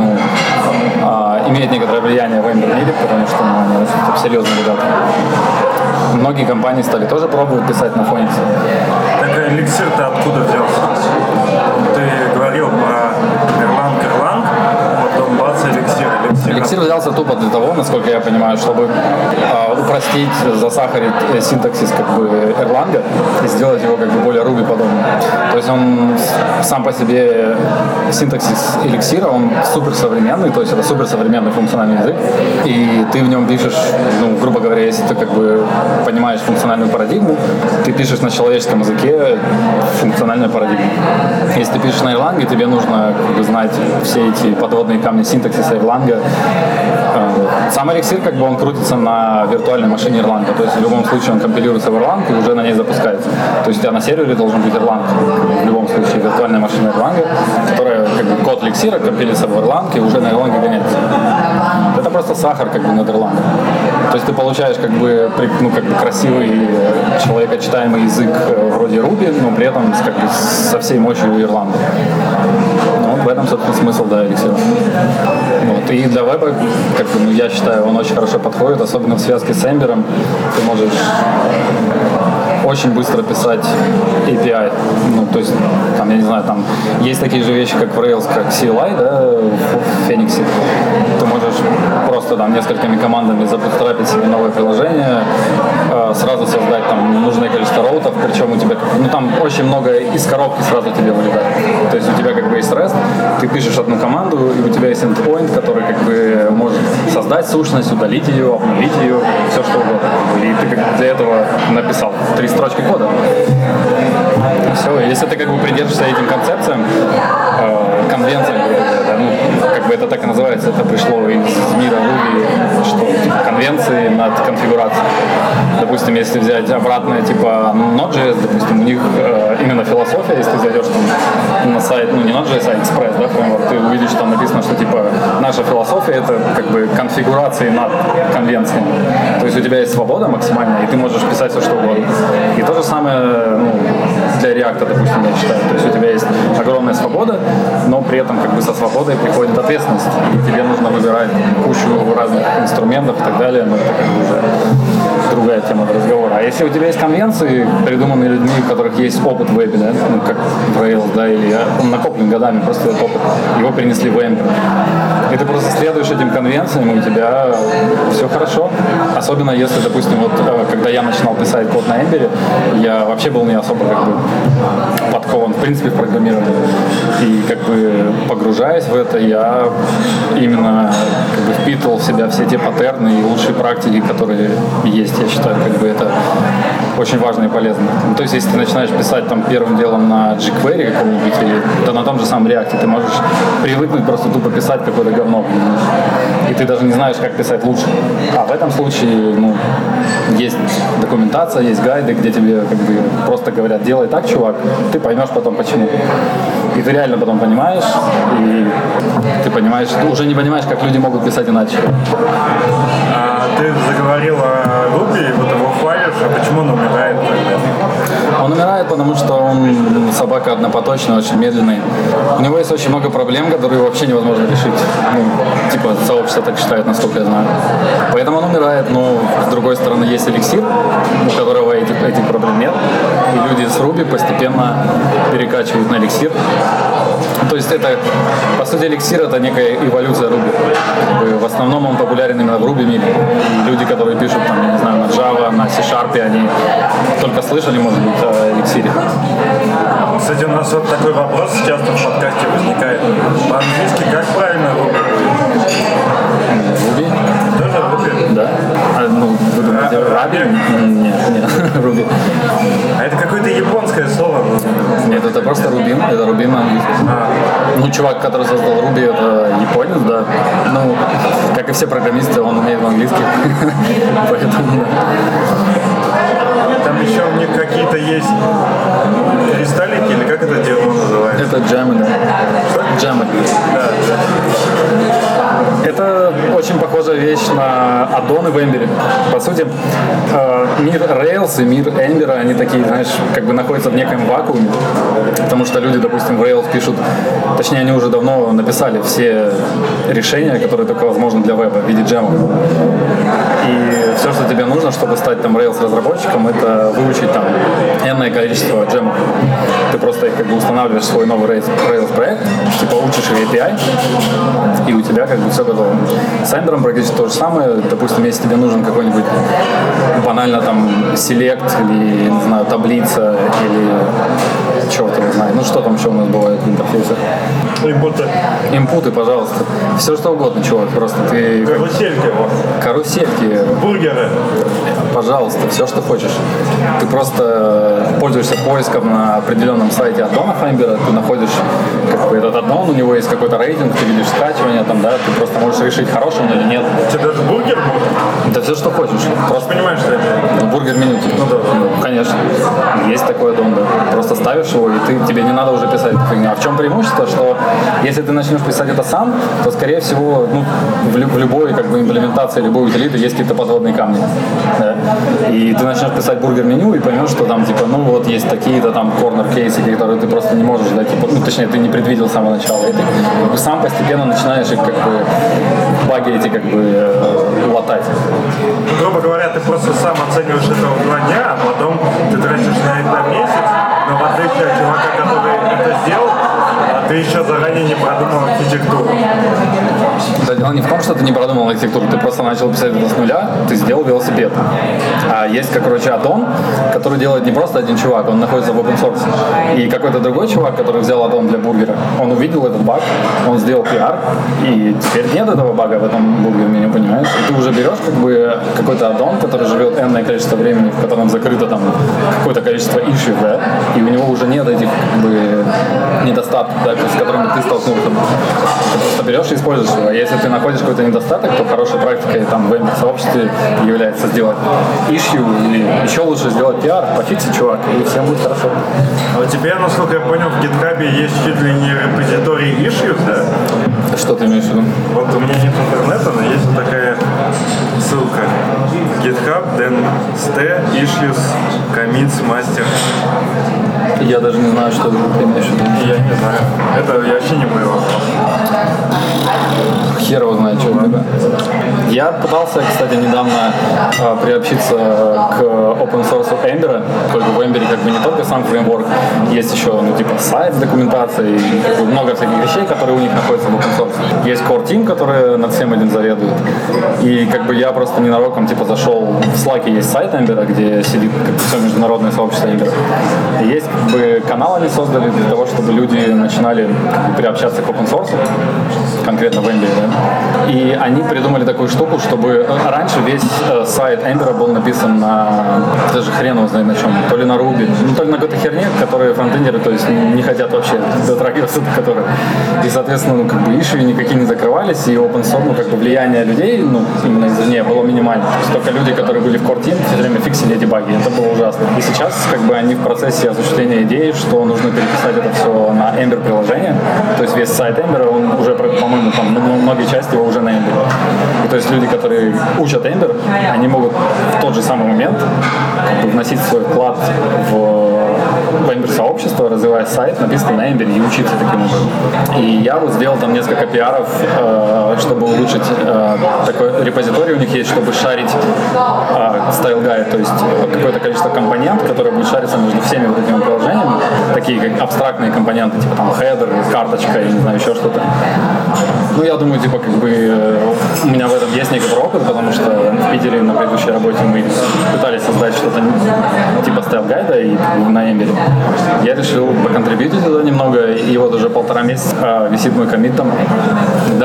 имеет некоторое влияние в Ember мире, потому что они серьезные ребята. Многие компании стали тоже пробовать писать на Phoenix. Так Elixir-то откуда взялся? Ты говорил про Erlang, потом бац, Elixir. Elixir взялся тупо для того, насколько я понимаю, чтобы упростить, засахарить синтаксис как бы Erlang и сделать его как бы более Ruby подобным. То есть он сам по себе синтаксис Elixir, он суперсовременный, то есть это суперсовременный функциональный язык, и ты в нем пишешь, грубо говоря, если ты как бы понимаешь функциональную парадигму, ты пишешь на человеческом языке функциональную парадигму. Если ты пишешь на Erlang, тебе нужно как бы знать все эти подводные камни синтаксиса Erlang. Сам Elixir, как бы он крутится на виртуальной машине Erlang, то есть в любом случае он компилируется в Erlang и уже на ней запускается. То есть у тебя на сервере должен быть Erlang, в любом случае виртуальная машина Erlang, которая как бы код Elixir компилируется в Erlang и уже на Erlang гоняется. Это просто сахар как бы над Erlang. То есть ты получаешь как бы красивый человекочитаемый язык вроде Ruby, но при этом как бы со всей мощью Erlang. В этом, собственно, смысл, да, Elixir. И для веба, как бы, я считаю, он очень хорошо подходит, особенно в связке с Ember. Ты можешь очень быстро писать API. То есть, я не знаю, там есть такие же вещи, как в Rails, как CLI, да, в Phoenix. Ты можешь просто несколькими командами запустрапить себе новое приложение, сразу создать там нужное количество роутов, причем у тебя, там очень много из коробки сразу тебе вылетает. То есть у тебя как бы есть REST, ты пишешь одну команду, и у тебя есть endpoint, который как бы может создать сущность, удалить ее, обновить ее, все что угодно. И ты как для этого написал 3 строчки кода. И все. Если ты как бы придержишься этим концепциям, конвенциям, как бы это так и называется, это пришло из мира Ruby, что конвенции над конфигурацией. Допустим, если взять обратное, типа Node.js, допустим, у них именно философия, если ты зайдешь там на сайт, не Node.js, а Express, да, фреймворк, ты увидишь, что там написано, что типа наша философия это как бы конфигурации над конвенциями. То есть у тебя есть свобода максимальная, и ты можешь писать все, что угодно. И то же самое для React, допустим, я считаю. То есть у тебя есть огромная свобода, но при этом как бы со свободой приходит ответственность. И тебе нужно выбирать кучу разных инструментов и так далее, но это как бы уже другая тема разговора. А если у тебя есть конвенции, придуманные людьми, у которых есть опыт в вебе, да, как Rails, да, или он накоплен годами, просто этот опыт, его принесли в Ember. И ты просто следуешь этим конвенциям, и у тебя все хорошо. Особенно если, допустим, когда я начинал писать код на Ember, я вообще был не особо как бы подкован, в принципе, в программировании. И как бы погружаясь в это, я именно как бы впитывал в себя все те паттерны и лучшие практики, которые есть. Я считаю, как бы это очень важно и полезно. То есть, если ты начинаешь писать там первым делом на jQuery каком-нибудь, или да, на том же самом React, ты можешь привыкнуть просто тупо писать какое-то говно, и ты даже не знаешь, как писать лучше. А в этом случае, есть документация, есть гайды, где тебе как бы просто говорят, делай так, чувак, ты поймешь потом почему. И ты реально потом понимаешь, и ты понимаешь, ты уже не понимаешь, как люди могут писать иначе. Ты заговорил о Ruby, его хвалишь, а почему он умирает тогда? Он умирает, потому что он собака однопоточная, очень медленный. У него есть очень много проблем, которые вообще невозможно решить. Сообщество так считает, насколько я знаю. Поэтому он умирает, но с другой стороны есть Elixir, у которого этих проблем нет. И люди с Ruby постепенно перекачивают на Elixir. То есть это, по сути, Elixir — это некая эволюция Ruby. В основном он популярен именно в Ruby мире. Люди, которые пишут, там, я не знаю, на Java, на C++, C-Sharp, они только слышали, может быть, о эликсире. Кстати, у нас вот такой вопрос часто в подкасте возникает. По-английски как правильно Руби? Тоже Руби? Да. Вы думаете, Раби? Нет, Руби. А это какое-то японское слово? Нет, это просто Рубин, это Рубин на английском. Чувак, который создал Руби, это японец, да. Как и все программисты, он умеет в английский. Поэтому, Там еще у них какие-то есть кристаллики, или как это дерьмо называется? это джемы, да. Джемы. Да. Это очень похожая вещь на аддоны в Ember. По сути, мир Rails и мир Ember, они такие, знаешь, как бы находятся в некоем вакууме. Потому что люди, допустим, в Rails пишут, точнее, они уже давно написали все решения, которые только возможны для веба в виде джемов. И все, что тебе нужно, чтобы стать там Rails-разработчиком, это выучить там энное количество джемов. Ты просто их как бы устанавливаешь в свой новый Rails-проект, типа учишь их API, и у тебя как бы все готово. С Ember практически то же самое. Допустим, если тебе нужен какой-нибудь банально там select или, не знаю, таблица или чего-то, не знаю. Что там еще у нас бывает в интерфейсах? Инпуты, пожалуйста. Все что угодно, чувак. Просто ты... Карусельки. Бургеры. Пожалуйста, все, что хочешь. Ты просто пользуешься поиском на определенном сайте аддонов Ember, ты находишь как бы этот аддон, у него есть какой-то рейтинг, ты видишь скачивание, там, да, ты просто можешь решить, хороший он или нет. Это даже бургер будет? Да все, что хочешь. Просто понимаешь, что это? Бургер-меню. Конечно. Есть такой аддон, да. Просто ставишь его, и тебе не надо уже писать эту фигню. А в чем преимущество, что если ты начнешь писать это сам, то, скорее всего, в любой как бы имплементации любой утилиты есть какие-то подводные камни. Да? И ты начнешь писать бургер-меню и поймешь, что там, типа, вот есть такие-то там корнер-кейсы, которые ты просто не можешь, да, типа, точнее, ты не предвидел с самого начала. И ты сам постепенно начинаешь их, как бы, баги эти, как бы, латать. Грубо говоря, ты просто сам оцениваешь это в 2 дня, а потом ты тратишь на это месяц, но в отличие от чувака, который это сделал, ты еще заранее не продумал архитектуру. Да, дело не в том, что ты не продумал архитектуру, ты просто начал писать это с нуля, ты сделал велосипед. А есть, короче, аддон, который делает не просто один чувак, он находится в open source. И какой-то другой чувак, который взял аддон для бургера, он увидел этот баг, он сделал PR, и теперь нет этого бага в этом бургер-меню, понимаешь? И ты уже берешь как бы какой-то аддон, который живет энное количество времени, в котором закрыто там какое-то количество issue, да, и у него уже нет этих как бы недостатков, да, с которыми ты столкнулся. Ты просто берешь и используешь его. А если ты находишь какой-то недостаток, то хорошей практикой там в Ember-сообществе является сделать issue или еще лучше сделать PR, пофиксить, чувак, и всем будет хорошо. А у тебя, насколько я понял, в GitHub есть чуть ли не репозиторий issues, да? Что ты имеешь в виду? Вот у меня нет интернета, но есть вот такая ссылка. GitHub, then st, issues, commits, master. Я даже не знаю, что ты имеешь в виду. Я не знаю. Это вообще не мой вопрос. Хер его знает, что это. Я пытался, кстати, недавно приобщиться к open source Ember. Только в Ember как бы не только сам фреймворк, есть еще, типа сайт с документацией, как бы много всяких вещей, которые у них находятся в open source. Есть core team, который над всем этим заведует. И как бы я просто ненароком типа зашел, в Slack есть сайт Ember, где сидит как бы все международное сообщество Ember. И есть как бы канал они создали для того, чтобы люди начинали как бы приобщаться к open source, конкретно в Ember, да? И они придумали такую штуку, чтобы раньше весь сайт Ember был написан на, даже хрен его знает на чем, то ли на Ruby, то ли на какой-то херне, которые фронтендеры, то есть не хотят вообще дотрагиваться до которой. И, соответственно, как бы issue никакие не закрывались, и open source, как бы влияние людей, именно извне, было минимально. То есть только люди, которые были в core team, все время фиксили эти баги. Это было ужасно. И сейчас, как бы, они в процессе осуществления идеи, что нужно переписать это все на Ember приложение. То есть весь сайт Ember, он уже, по-моему, там многие части его уже на Ember. И то есть люди, которые учат Ember, они могут в тот же самый момент как бы вносить свой вклад в Ember сообщество, развивая сайт, написанный на Ember, и учиться таким образом. И я вот сделал там несколько пиаров, чтобы улучшить такой репозиторий у них есть, чтобы шарить style guide, то есть какое-то количество компонент, которое будет шариться между всеми вот этими приложениями, такие как абстрактные компоненты, типа там header, карточка, я не знаю, еще что-то. Я думаю, типа, как бы у меня в этом есть некоторый опыт, потому что в Питере на предыдущей работе мы пытались создать что-то типа степ-гайда и на Эмбере. Я решил поконтрибьютить туда немного, и вот уже 1,5 месяца висит мой коммит там. Да.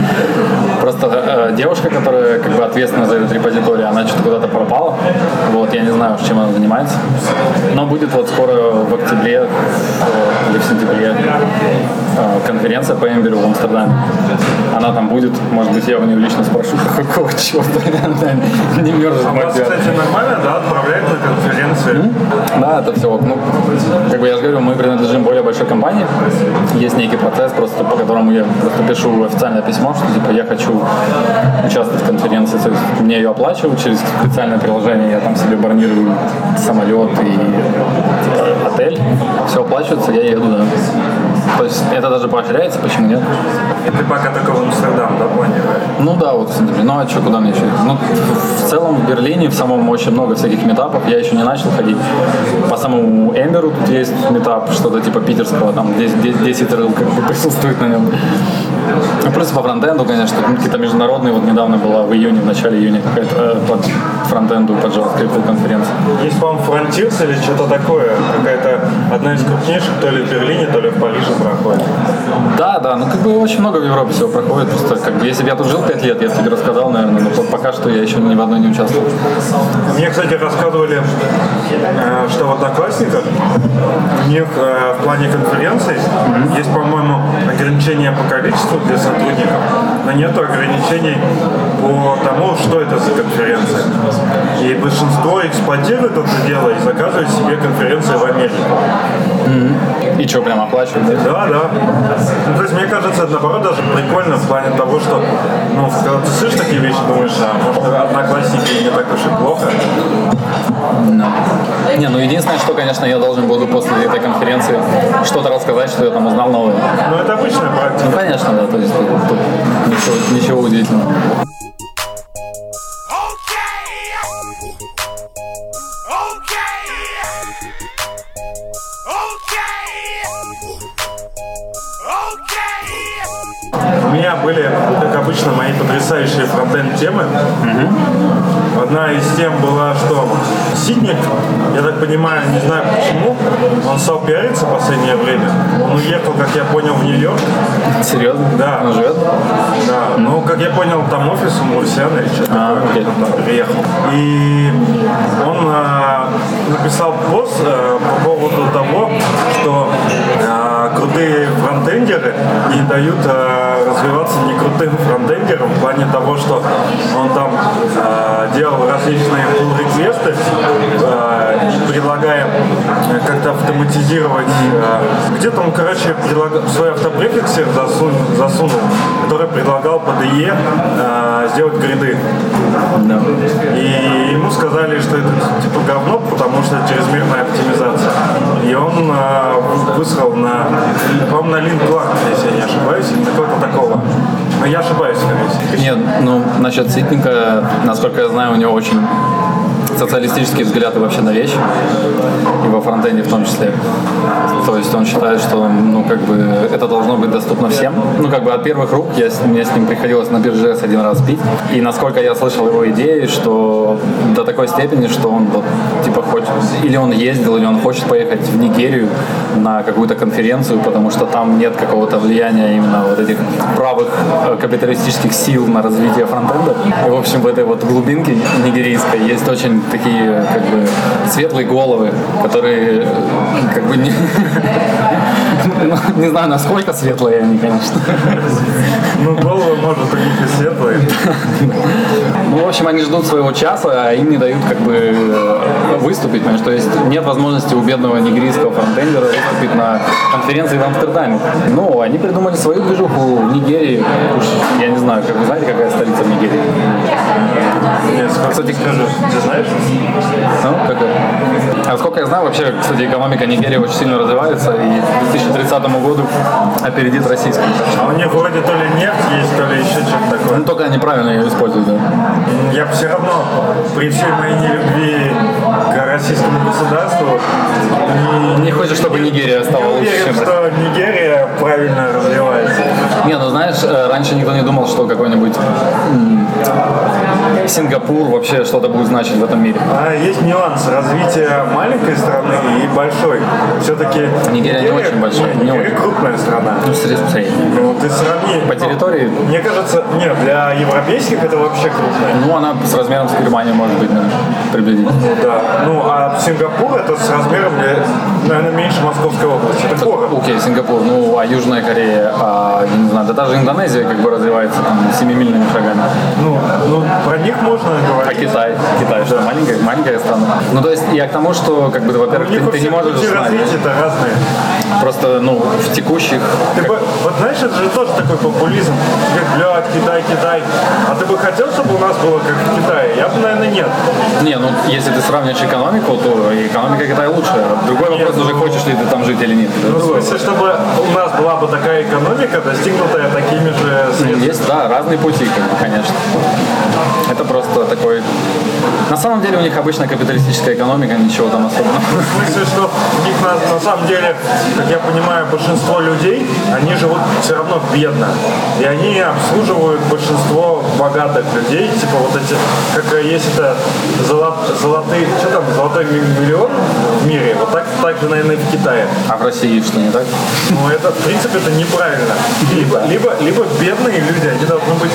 Просто девушка, которая как бы ответственна за этот репозиторий, она что-то куда-то пропала. Вот, я не знаю, чем она занимается. Но будет вот скоро в октябре или в сентябре конференция по Эмберу в Амстердаме. Она там будет, может быть, я у нее лично спрошу, какого черта не мерзнет. У вас, кстати, нормально, да, отправляют на конференции? Да, это все, ну, как бы я же говорю, мы принадлежим более большой компании. Есть некий процесс, просто по которому я просто пишу официальное письмо, что типа я хочу участвовать в конференции, то есть мне ее оплачивают через специальное приложение, я там себе бронирую самолет и типа, отель, все оплачивается, я еду, да. То есть это даже поощряется, почему нет? Ты пока только в Амстердам, да, планируешь? Ну да, вот в сентябре. Ну а что, куда мне еще? Ну, в целом в Берлине, в самом очень много всяких метапов. Я еще не начал ходить. По самому Эмберу тут есть метап, что-то типа питерского, там 10 рыл как бы присутствует на нем. Плюс по фронтенду, конечно, какие-то международные. Вот недавно была в июне, в начале июня какая-то по фронтенду, по JavaScript конференция. Есть, по-моему, Frontiers или что-то такое. Какая-то одна из крупнейших, то ли в Берлине, то ли в Париже проходит. Да, ну как бы очень много в Европе всего проходит. Просто как бы если бы я тут жил 5 лет, я бы тебе рассказал, наверное, но пока что я еще ни в одной не участвовал. Мне, кстати, рассказывали, что в Одноклассниках у них в плане конференций есть, по-моему, ограничения по количеству для сотрудников, но нет ограничений по тому, что это за конференция. И большинство эксплуатирует это дело и заказывает себе конференции в Америке. И что, прям оплачивают? Да. Ну, то есть, мне кажется, это, наоборот, даже прикольно в плане того, что, ну, когда ты слышишь такие вещи, думаешь, может, Одноклассники не так уж и плохо. Не, ну единственное, что, конечно, я должен буду после этой конференции что-то рассказать, что я там узнал новое. Ну, это обычная практика. Ну, конечно, да, то есть тут ничего удивительного. У меня были, как обычно, мои потрясающие фронтенд-темы. Одна из тем была, что Ситник, я так понимаю, не знаю почему, он стал пиариться в последнее время. Он уехал, как я понял, в Нью-Йорк. Серьезно? Да. Он живет? Да. Ну, как я понял, там офис у Марсиана или что-то такое. Он там приехал. И он написал пост по поводу того, что крутые фронтендеры не дают развиваться некрутым фронтендерам в плане того, что он там делал различные pull-реквесты, предлагая как-то автоматизировать. Где-то он, короче, свой автопрефиксер засунул, который предлагал по DE сделать гриды. И ему сказали, что это типа говно, потому что это чрезмерная оптимизация. И он высрал по-моему, на LinkedIn, если я не ошибаюсь, или какого-то такого. Но я ошибаюсь, скорее всего. Нет, ну, насчет Ситника, насколько я знаю, у него очень социалистические взгляды вообще на вещи, и во фронтенде в том числе. То есть он считает, что, ну, как бы, это должно быть доступно всем. Ну, как бы, от первых рук мне с ним приходилось на Bridge.js один раз пить. И насколько я слышал его идеи, что до такой степени, что он вот, типа, хочет, или он ездил, или он хочет поехать в Нигерию на какую-то конференцию, потому что там нет какого-то влияния именно вот этих правых капиталистических сил на развитие фронтенда. И, в общем, в этой вот глубинке нигерийской есть очень такие, как бы, светлые головы, которые, как бы, не знаю, насколько светлые они, конечно. Ну, головы, может, у них и светлые. Ну, в общем, они ждут своего часа, а им не дают, как бы, выступить, потому что есть, нет возможности у бедного нигерийского фронтендера выступить на конференции в Амстердаме. Ну, они придумали свою движуху в Нигерии. Уж я не знаю, как вы знаете, какая столица в Нигерии? Нет, кстати, скажу, ты знаешь? Ну, какая? А сколько я знаю, вообще, кстати, экономика Нигерии очень сильно развивается и к 2030 году опередит российскую. А у них вроде то ли нефть есть, то ли еще что-то такое. Ну, только они правильно ее используют, да. Я все равно, при всей моей нелюбви к российскому государству, не хочешь, чтобы Нигерия стала не лучше, уверен, чем что Нигерия правильно развивается. Не, ну знаешь, раньше никто не думал, что какой-нибудь Сингапур вообще что-то будет значить в этом мире? Есть нюанс развития маленькой страны и большой. Все-таки Нигерия не очень большая. Нигерия крупная страна. Ну, средняя. Ну, ты сравни. По территории? Мне кажется, нет, для европейских это вообще крупная. Ну, она с размером с Германией может быть, наверное, приблизительно. Да. Ну, а Сингапур это с размером, наверное, меньше Московской области. Это город. Окей, Сингапур. Ну, а Южная Корея, я не знаю, да даже Индонезия как бы развивается там семимильными шагами. Ну, про них можно говорить. А Китай? Китай что, маленькая страна? Ну, то есть я к тому, что, как бы, во-первых, ты не можешь знать. Развитие-то разные. Просто, в текущих... Вот знаешь, это же тоже такой популизм. Блядь, Китай. А ты бы хотел, чтобы у нас было как в Китае? Я бы, наверное, нет. Не, если ты сравниваешь экономику, то экономика Китая лучше. Другой вопрос уже, хочешь ли ты там жить или нет. Ну, в смысле, чтобы у нас была бы такая экономика, достигнутая такими же средствами. Есть, да, разные пути, конечно. Это просто такой... На самом деле у них обычно капиталистическая экономика, ничего там особенного. В смысле, что у них на самом деле, как я понимаю, большинство людей, они живут все равно бедно. И они обслуживают большинство богатых людей. Типа вот эти, как есть это золотой миллион в мире, вот так же, наверное, и в Китае. А в России что, не так? Ну, это, в принципе, это неправильно. Либо бедные люди, они должны быть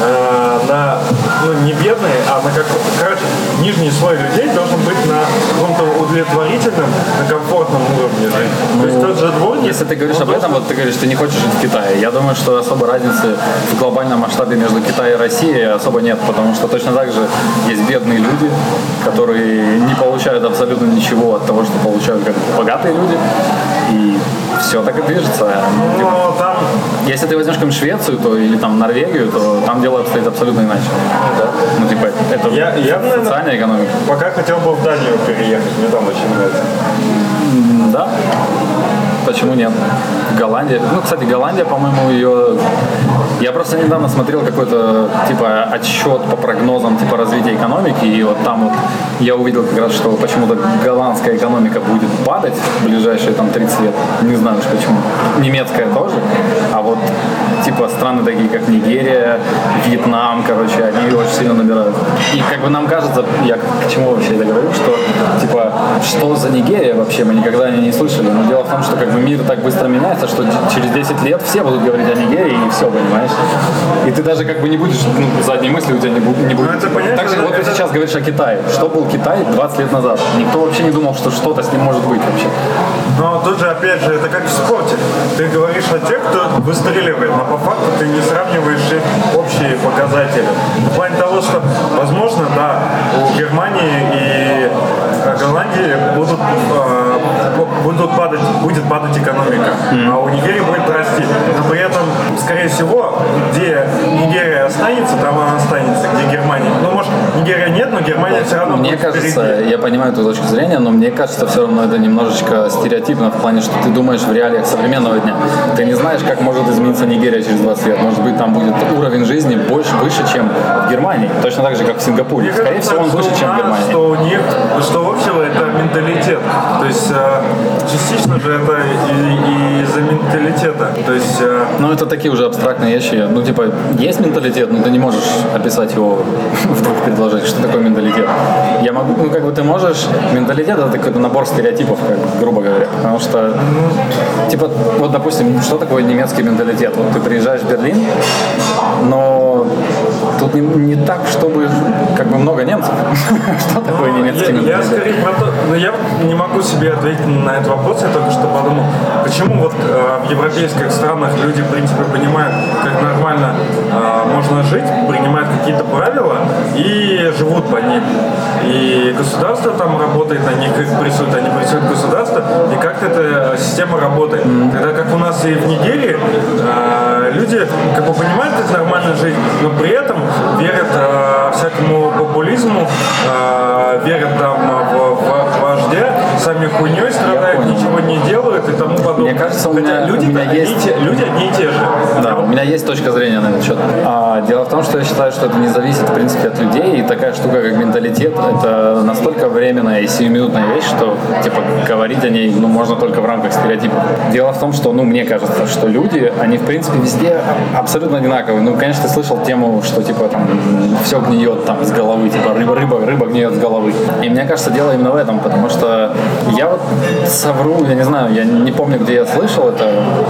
не бедные, а нижний слой людей должен быть на каком-то удовлетворительном, на комфортном уровне жить. То есть тот же дворник... Если ты говоришь об этом, вот ты говоришь, ты не хочешь жить в Китае. Я думаю, что особой разницы в глобальном масштабе между Китаем и Россией особо нет, потому что точно так же есть бедные люди, которые не получают абсолютно ничего от того, что получают как богатые люди. И все так и движется. Там... Если ты возьмешь какую-нибудь Швецию, или там Норвегию, то там дело обстоит абсолютно иначе. Да. Ну, типа, это социальная экономика. Пока хотел бы в Данию переехать, мне там очень нравится. Да. Почему нет? Голландия. Кстати, Голландия, по-моему, ее... Я просто недавно смотрел какой-то, отсчет по прогнозам, развития экономики, и вот там я увидел как раз, что почему-то голландская экономика будет падать в ближайшие 30 лет. Не знаю уж почему. Немецкая тоже. А вот, страны такие, как Нигерия, Вьетнам, они очень сильно набирают. И нам кажется, я к чему вообще это говорю, что, что за Нигерия вообще, мы никогда не слышали. Но дело в том, что мир так быстро меняется, что через 10 лет все будут говорить о Нигерии, и все, понимаешь? И ты даже не будешь, задней мысли у тебя не будет. Также вот ты сейчас говоришь о Китае. Что был Китай 20 лет назад? Никто вообще не думал, что что-то с ним может быть вообще. Но тут же, опять же, это как в спорте. Ты говоришь о тех, кто выстреливает, но по факту ты не сравниваешь их общие показатели. В плане того, что, возможно, да, у Германии и Голландии будет падать экономика, а у Нигерии будет расти. Но при этом, скорее всего, где Нигерия останется, там она останется, где Германия. Может, Нигерия нет, но Германия все равно мне будет кажется, впереди. Я понимаю эту точку зрения, но мне кажется, все равно это немножечко стереотипно в плане, что ты думаешь в реалиях современного дня. Ты не знаешь, как может измениться Нигерия через 20 лет. Может быть, там будет уровень жизни выше, чем в Германии. Точно так же, как в Сингапуре. Скорее всего, он выше, чем в Германии. Что у них, что общего, это менталитет. То есть частично же это и из-за менталитета. То есть... это такие уже абстрактные вещи. Есть менталитет, но ты не можешь описать его в двух предложениях. Что такое менталитет? Я могу, ты можешь... Менталитет — это какой-то набор стереотипов, грубо говоря. Потому что, допустим, что такое немецкий менталитет? Вот ты приезжаешь в Берлин, но тут не так, чтобы много немцев. Что такое немецкий менталитет? Я скорее про то, но я не могу себе ответить на этот вопрос, я только что подумал, почему в европейских странах люди, в принципе, понимают, как нормально можно жить, принимают какие-то правила и живут по ним. И государство там работает, они прессуют государство, и как-то эта система работает. Тогда как у нас и в Нигерии, люди понимают, как нормально жить, но при этом верят всякому популизму, верят в вождя, сами хуйней страдают, ничего не делают и тому подобное. Мне кажется, у меня люди есть... Люди одни и те же. Да. у меня есть точка зрения на этот счет. Дело в том, что я считаю, что это не зависит, в принципе, от людей, и такая штука, как менталитет, это настолько временная и сиюминутная вещь, что, типа, говорить о ней, можно только в рамках стереотипов. Дело в том, что, мне кажется, что люди, они, в принципе, везде абсолютно одинаковые. Конечно, ты слышал тему, что, типа, там, все гниет там с головы, типа, рыба гниет с головы. И мне кажется, дело именно в этом, потому что я вот совру, я не знаю, я не помню, где я слышал это.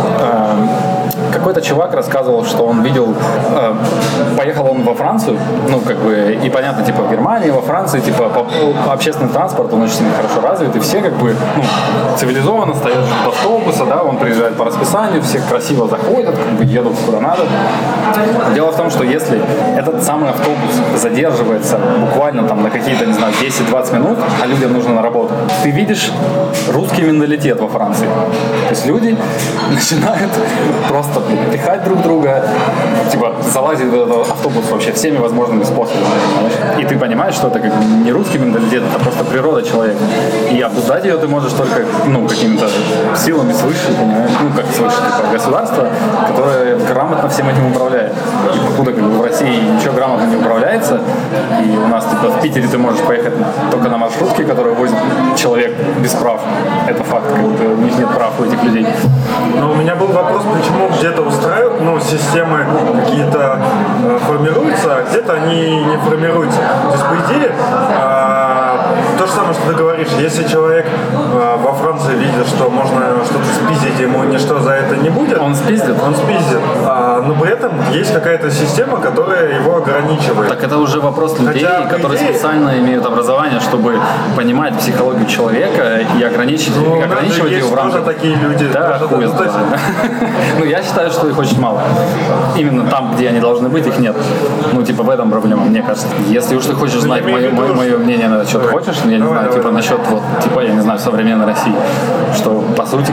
Какой-то чувак рассказывал, что он видел, поехал он во Францию, и понятно, типа, в Германии, во Франции, типа, общественный транспорт, он очень хорошо развит, и все, цивилизованно стоят в автобуса, да, он приезжает по расписанию, все красиво заходят, едут куда надо. Дело в том, что если этот самый автобус задерживается буквально там на какие-то, не знаю, 10-20 минут, а людям нужно на работу, ты видишь русский менталитет во Франции. То есть люди начинают просто пихать друг друга, типа залазить в этот автобус вообще всеми возможными способами. И ты понимаешь, что это не русский менталитет, это просто природа человека. И обуздать ее ты можешь только какими-то силами свыше, понимаешь? Как свыше, типа государство, которое грамотно всем этим управляет. И покуда в России ничего грамотно не управляется, и у нас типа в Питере ты можешь поехать только на маршрутке, которую возит человек без прав. Это факт, у них нет прав у этих людей. Но у меня был вопрос, почему где-то устраивают, системы какие-то формируются, а где-то они не формируются. То есть, по идее, то же самое, что ты говоришь, если человек во Франции видит, что можно что-то спиздить, ему ничто за это не будет. Он спиздит? Он спиздит. Но при этом есть какая-то система, которая его ограничивает. Так это уже вопрос людей, которые специально имеют образование, чтобы понимать психологию человека и ограничивать его в рамках. Такие люди. Да, хуй знает. Я считаю, что их очень мало. Именно там, где они должны быть, их нет. В этом проблема, мне кажется. Если уж ты хочешь знать мое мнение на этот счет, хочешь? Я не знаю, насчет я не знаю, современной России. Что, по сути,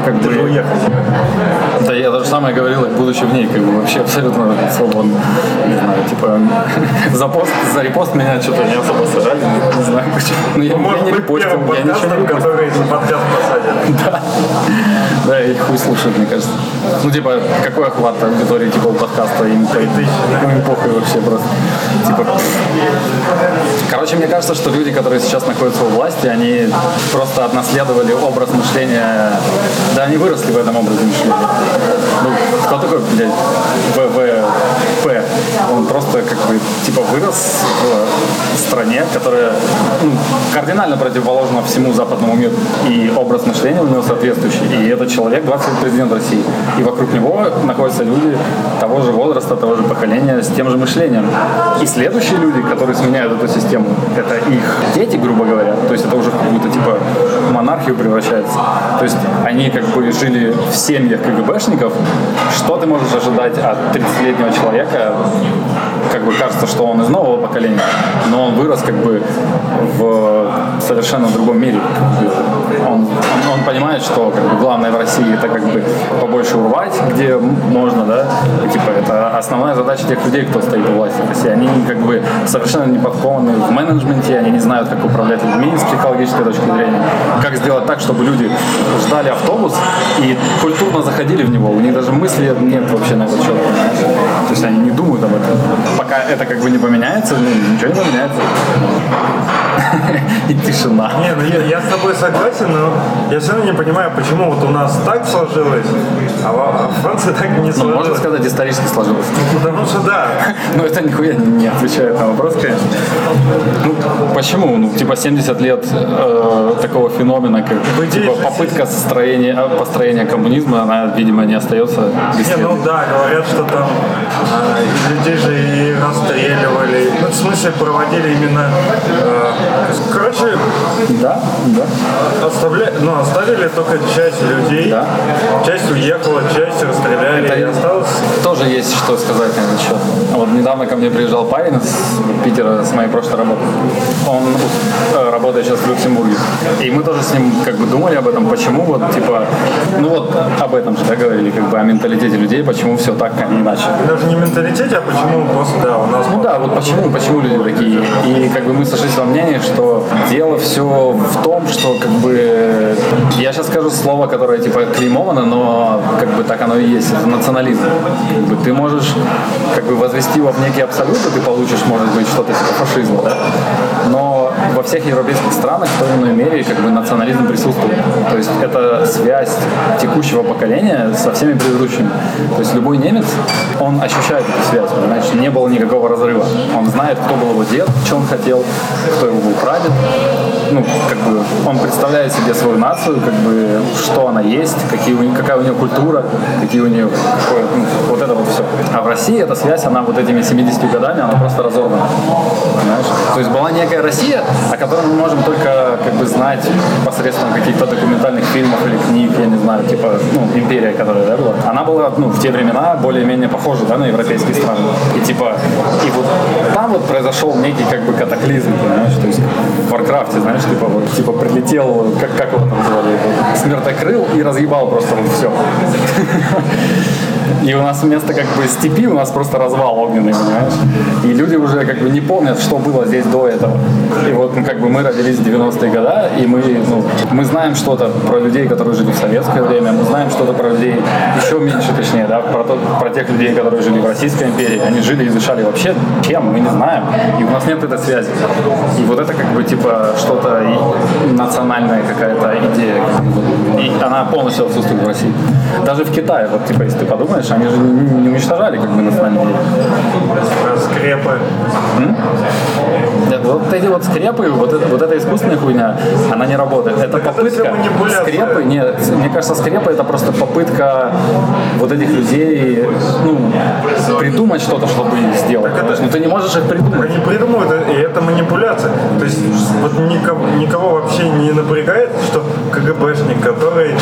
Да, я то же самое говорил, будучи в ней, вообще абсолютно свободно. Не знаю, за репост меня что-то не особо сажали, не знаю почему. Я не репостил, я ничего не репостил. Который за подкаст посадят. Да, их хуй слушают, мне кажется. Какой охват аудитории, у подкаста, им похуй вообще просто. Короче, мне кажется, что люди, которые сейчас находятся у власти, они просто отнаследовали образ мышления, да, они выросли в этом образе мышления. Кто такой, блядь, ВВП? Он просто вырос в стране, которая кардинально противоположна всему западному миру. И образ мышления у него соответствующий. И этот человек 20 лет президент России. И вокруг него находятся люди того же возраста, того же поколения с тем же мышлением. И следующие люди, которые сменяют эту систему, это их дети, грубо говоря. То есть это уже в какую-то монархию превращается. То есть они жили в семьях КГБшников. Что ты можешь ожидать от 30-летнего человека? Кажется, что он из нового поколения, но он вырос в совершенно другом мире. Он понимает, что главное в России это побольше урвать, где можно, да, это основная задача тех людей, кто стоит у власти в России. Они совершенно не подкованы в менеджменте, они не знают, как управлять людьми с психологической точки зрения, как сделать так, чтобы люди ждали автобус и культурно заходили в него. У них даже мысли нет вообще на этот счет. То есть они не думают об этом. Пока это не поменяется, ничего не поменяется. И тишина. Я с тобой согласен, но я все равно не понимаю, почему у нас так сложилось, а во Франции так не сложилось. Можно сказать, исторически сложилось. Потому что да. Но это нихуя не отвечает на вопрос, конечно. Почему? 70 лет такого феномена, как попытка построения коммунизма, она, видимо, не остается бесследной. Говорят, что там людей же и расстреливали. В смысле, проводили именно... Оставили только часть людей, да. Часть уехала, часть расстреляли. Это и осталось. Тоже есть что сказать на этот счет. Недавно ко мне приезжал парень из Питера с моей прошлой работает. Он работает сейчас в Люксембурге. И мы тоже с ним как бы думали об этом, почему вот типа, ну вот об этом же, да, говорили, как бы о менталитете людей, почему все так, а не иначе. Даже не менталитете, а почему просто, да, у нас... Ну да, вот почему люди такие. И как бы мы сошлись во мнении, что дело все в том, что как бы, я сейчас скажу слово, которое типа клеймовано, но как бы так оно и есть, это национализм. Как бы ты можешь как бы возвести его в некий абсолют, и ты получишь, может быть, что-то типа фашизма, да? Но во всех европейских странах в той или иной мере как бы национализм присутствует. То есть это связь текущего поколения со всеми предыдущими. То есть любой немец, он ощущает эту связь, понимаешь? Не было никакого разрыва. Он знает, кто был его дед, что он хотел, кто его был прадед. Ну, как бы он представляет себе свою нацию, как бы что она есть, какая у нее культура, какие у нее вот это вот все. А в России эта связь, она вот этими 70 годами, она просто разорвана. Понимаешь? То есть была некая Россия, о которой мы можем только как бы знать посредством каких-то документальных фильмов или книг, я не знаю, типа, ну, империя, которая, да, была. Она была, ну, в те времена более-менее похожа, да, на европейские страны. И типа, и вот там вот произошел некий как бы катаклизм, понимаешь, то есть в Warcraft, знаешь, типа вот, типа прилетел, как его там называли, смертокрыл и разъебал просто вот все. И у нас вместо как бы степи у нас просто развал огненный, понимаешь? И люди уже как бы не помнят, что было здесь до этого. И вот как бы мы родились в 90-е годы, и мы знаем что-то про людей, которые жили в советское время, мы знаем что-то про людей еще меньше, точнее, да, про тех людей, которые жили в Российской империи. Они жили и дышали вообще чем, мы не знаем. И у нас нет этой связи. И вот это как бы типа что-то национальная какая-то идея. И она полностью отсутствует в России. Даже в Китае, вот типа, если ты подумаешь, они же не уничтожали как бы национальные идеи. Скрепы. Вот эти вот скрепы, вот эта искусственная хуйня, она не работает. Это попытка скрепы, нет, мне кажется, скрепы это просто попытка вот этих людей, ну, придумать что-то, чтобы их сделать. Но ты не можешь их придумать. Они придумывают, и это манипуляция. То есть вот никого вообще не напрягает, что КГБшник, который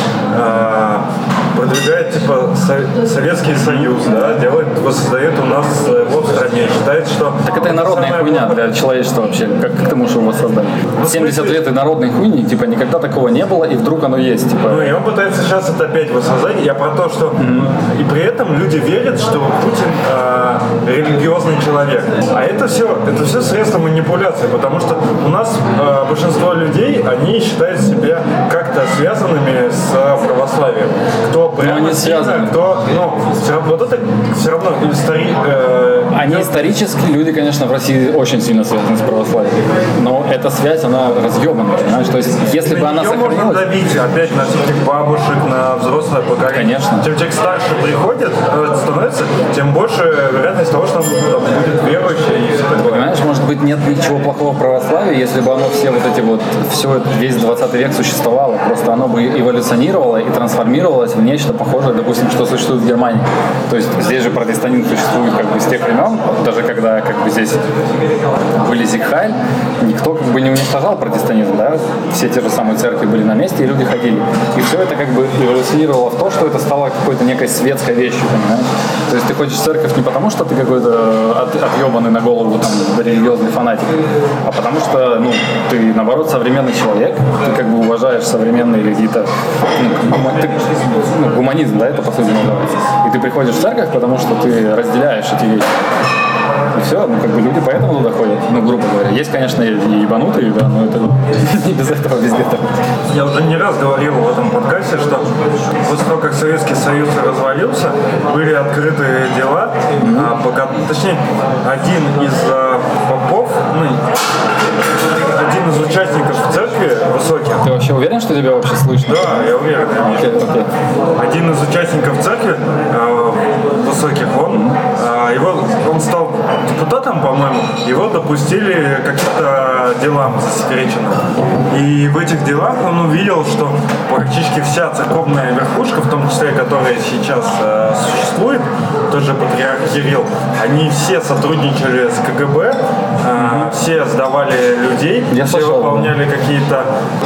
продвигает типа Советский Союз, да, воссоздает у нас его в стране, считает, что... Так это и народная хуйня для человечества вообще. Как ты можешь его воссоздать? 70 лет и народной хуйни, типа никогда такого не было, и вдруг оно есть. Типа. Ну и он пытается сейчас это опять воссоздать. Я про то, что и при этом люди верят, что Путин религиозный человек. А это все средства манипуляции, потому что у нас большинство людей, они считают себя как-то связанными с православием. Кто прямо сильно, кто... Ну, вот это все равно Они исторически, люди, конечно, в России очень сильно связаны с православием. Но эта связь, она разъебана, понимаешь? То есть, если бы она сохранилась... можно давить опять на всяких бабушек, на взрослое поколение. Конечно. Чем человек старше приходит, становится, тем больше вероятность того, что он будет верующий и все такое. Понимаешь, может быть, нет ничего плохого в православии, если бы оно весь 20 век существовало. Просто оно бы эволюционировало и трансформировалось в нечто похожее, допустим, что существует в Германии. То есть здесь же протестантизм существует как бы с тех времен, даже когда как бы здесь были Зигхайль, никто как бы не уничтожал протестантизм, да, все те же самые церкви были на месте, и люди ходили. И все это как бы эволюционировало в то, что это стало какой-то некой светской вещью, понимаешь? То есть ты ходишь в церковь не потому, что ты какой-то отъебанный на голову там религиозный фанатик, а потому что, ну, ты, наоборот, современный человек, ты как бы уважаешь современные какие-то, гуманизм, да, это по сути называется. И ты приходишь в церковь, потому что ты разделяешь эти вещи. И все, ну как бы люди поэтому туда ходят, ну грубо говоря. Есть, конечно, и ебанутые, да, но это не без этого везде так. Я уже не раз говорил в этом подкасте, что после того, как Советский Союз развалился, были открыты дела, точнее, один из попов, один из участников в церкви высоких. Ты вообще уверен, что тебя вообще слышно? Да, я уверен. Okay. Один из участников церкви высоких, он стал депутатом, по-моему, его допустили к каким-то делам засекреченным. И в этих делах он увидел, что практически вся церковная верхушка, в том числе, которая сейчас существует, тоже патриарх Кирилл, они все сотрудничали с КГБ, все сдавали людей, все выполняли какие-то,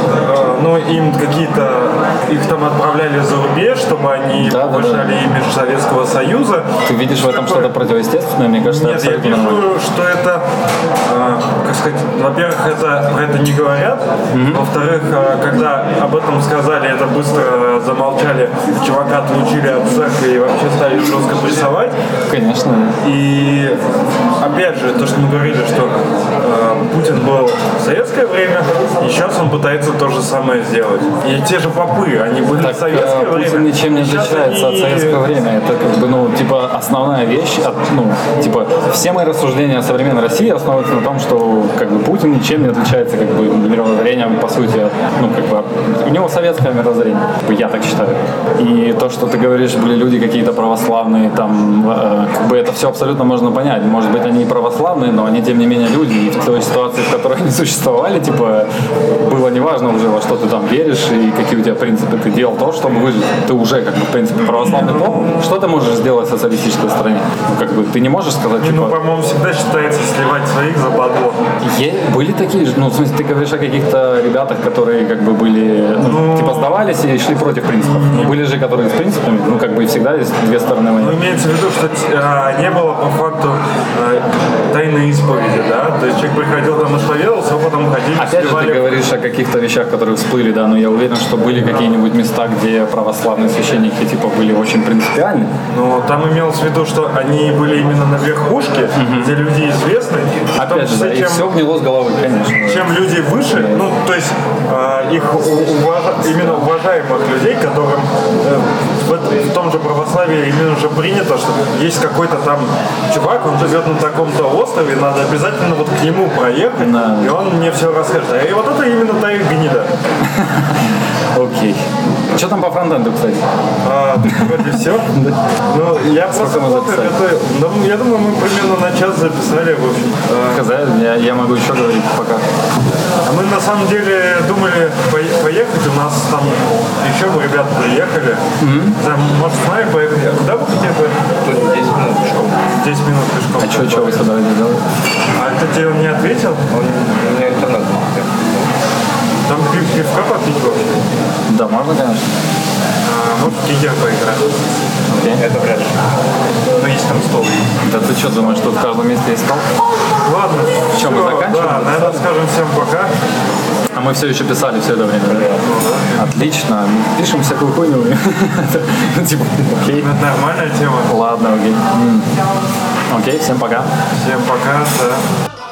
их там отправляли за рубеж, чтобы они повышали имидж Советского Союза. Ты видишь в этом что-то противоестественное, мне кажется, нет, я вижу, что это, как сказать, во-первых, про это не говорят, во-вторых, когда об этом сказали, это быстро замолчали, чувака отлучили от церкви и вообще стали жестко прессовать. Конечно. И опять же, то, что мы говорили, что Путин был в советское время, и сейчас он пытается то же самое сделать. И те же попы, они были Так, в советское время. Путин ничем не отличается от советского времени. Это как бы, ну, типа, основная вещь. Типа, все мои рассуждения о современной России основываются на том, что как бы Путин ничем не отличается как бы мировоззрением, по сути, от, ну, как бы, у него советское мировоззрение. Я так считаю. И то, что ты говоришь, были люди какие-то православные, там, как бы это все абсолютно можно понять. Может быть, они и православные, но они, тем не менее, люди. И в той ситуации, в которой они существовали, типа, было неважно уже, во что ты там веришь и какие у тебя принципы. Ты делал то, чтобы выжить. Ты уже, как бы, в принципе, православный поп. Что ты можешь сделать в социалистической стране? Ну, как бы, ты не можешь сказать, типа... Ну, по-моему, всегда считается сливать своих за бабло. Были такие же, ну, в смысле, ты говоришь о каких-то ребятах, которые, как бы, были, ну, типа, сдавались и шли против принципов. Были же, которые с принципами, ну, как бы, и всегда есть две стороны войны. Ну, имеется в виду, что не было по факту тайной исповеди, да? То есть человек приходил там, исповедовался, а потом ходили, Опять же, сливали. ты говоришь о каких-то вещах, которые всплыли, да, но я уверен, что были какие-нибудь места, где православные священники, типа, были очень принципиальны. Но там имелось в виду, что они были именно на верхушке, где люди известны. Опять же, да, и все гнило с головы, конечно. Чем люди выше, ну, то есть их именно уважаемых людей, которым в том же православии именно уже принято, что есть какой-то там чувак, он живет на таком-то острове, надо обязательно вот к нему проехать, Да. и он мне все расскажет. И вот это именно та их гнида. Окей. Что там по фронтенду, кстати? Вроде все. Ну, я просто мы записали? я думаю, мы примерно на час записали, в общем. Сказать, я могу еще говорить пока. А мы на самом деле думали поехать, у нас там еще бы ребята приехали. Там, может, с нами поехать. А куда вы хотели поехать? 10 минут пешком. 10 минут пешком. А что вы сюда делаете? А это тебе он не ответил? У меня интернет. Там пивка попить вообще. Да, можно, конечно. Может, в кикер поиграть. Окей. Это вряд ли. Но есть там стол. Да ты что думаешь, что в каждом месте есть стол? Ладно. Что, мы заканчиваем? Да, наверное, скажем всем пока. А мы все еще писали все это время, да? Отлично. Пишем всякую хуйню. Ну, типа, окей. Это нормальная тема. Ладно, окей. Окей, всем пока. Всем пока. Да.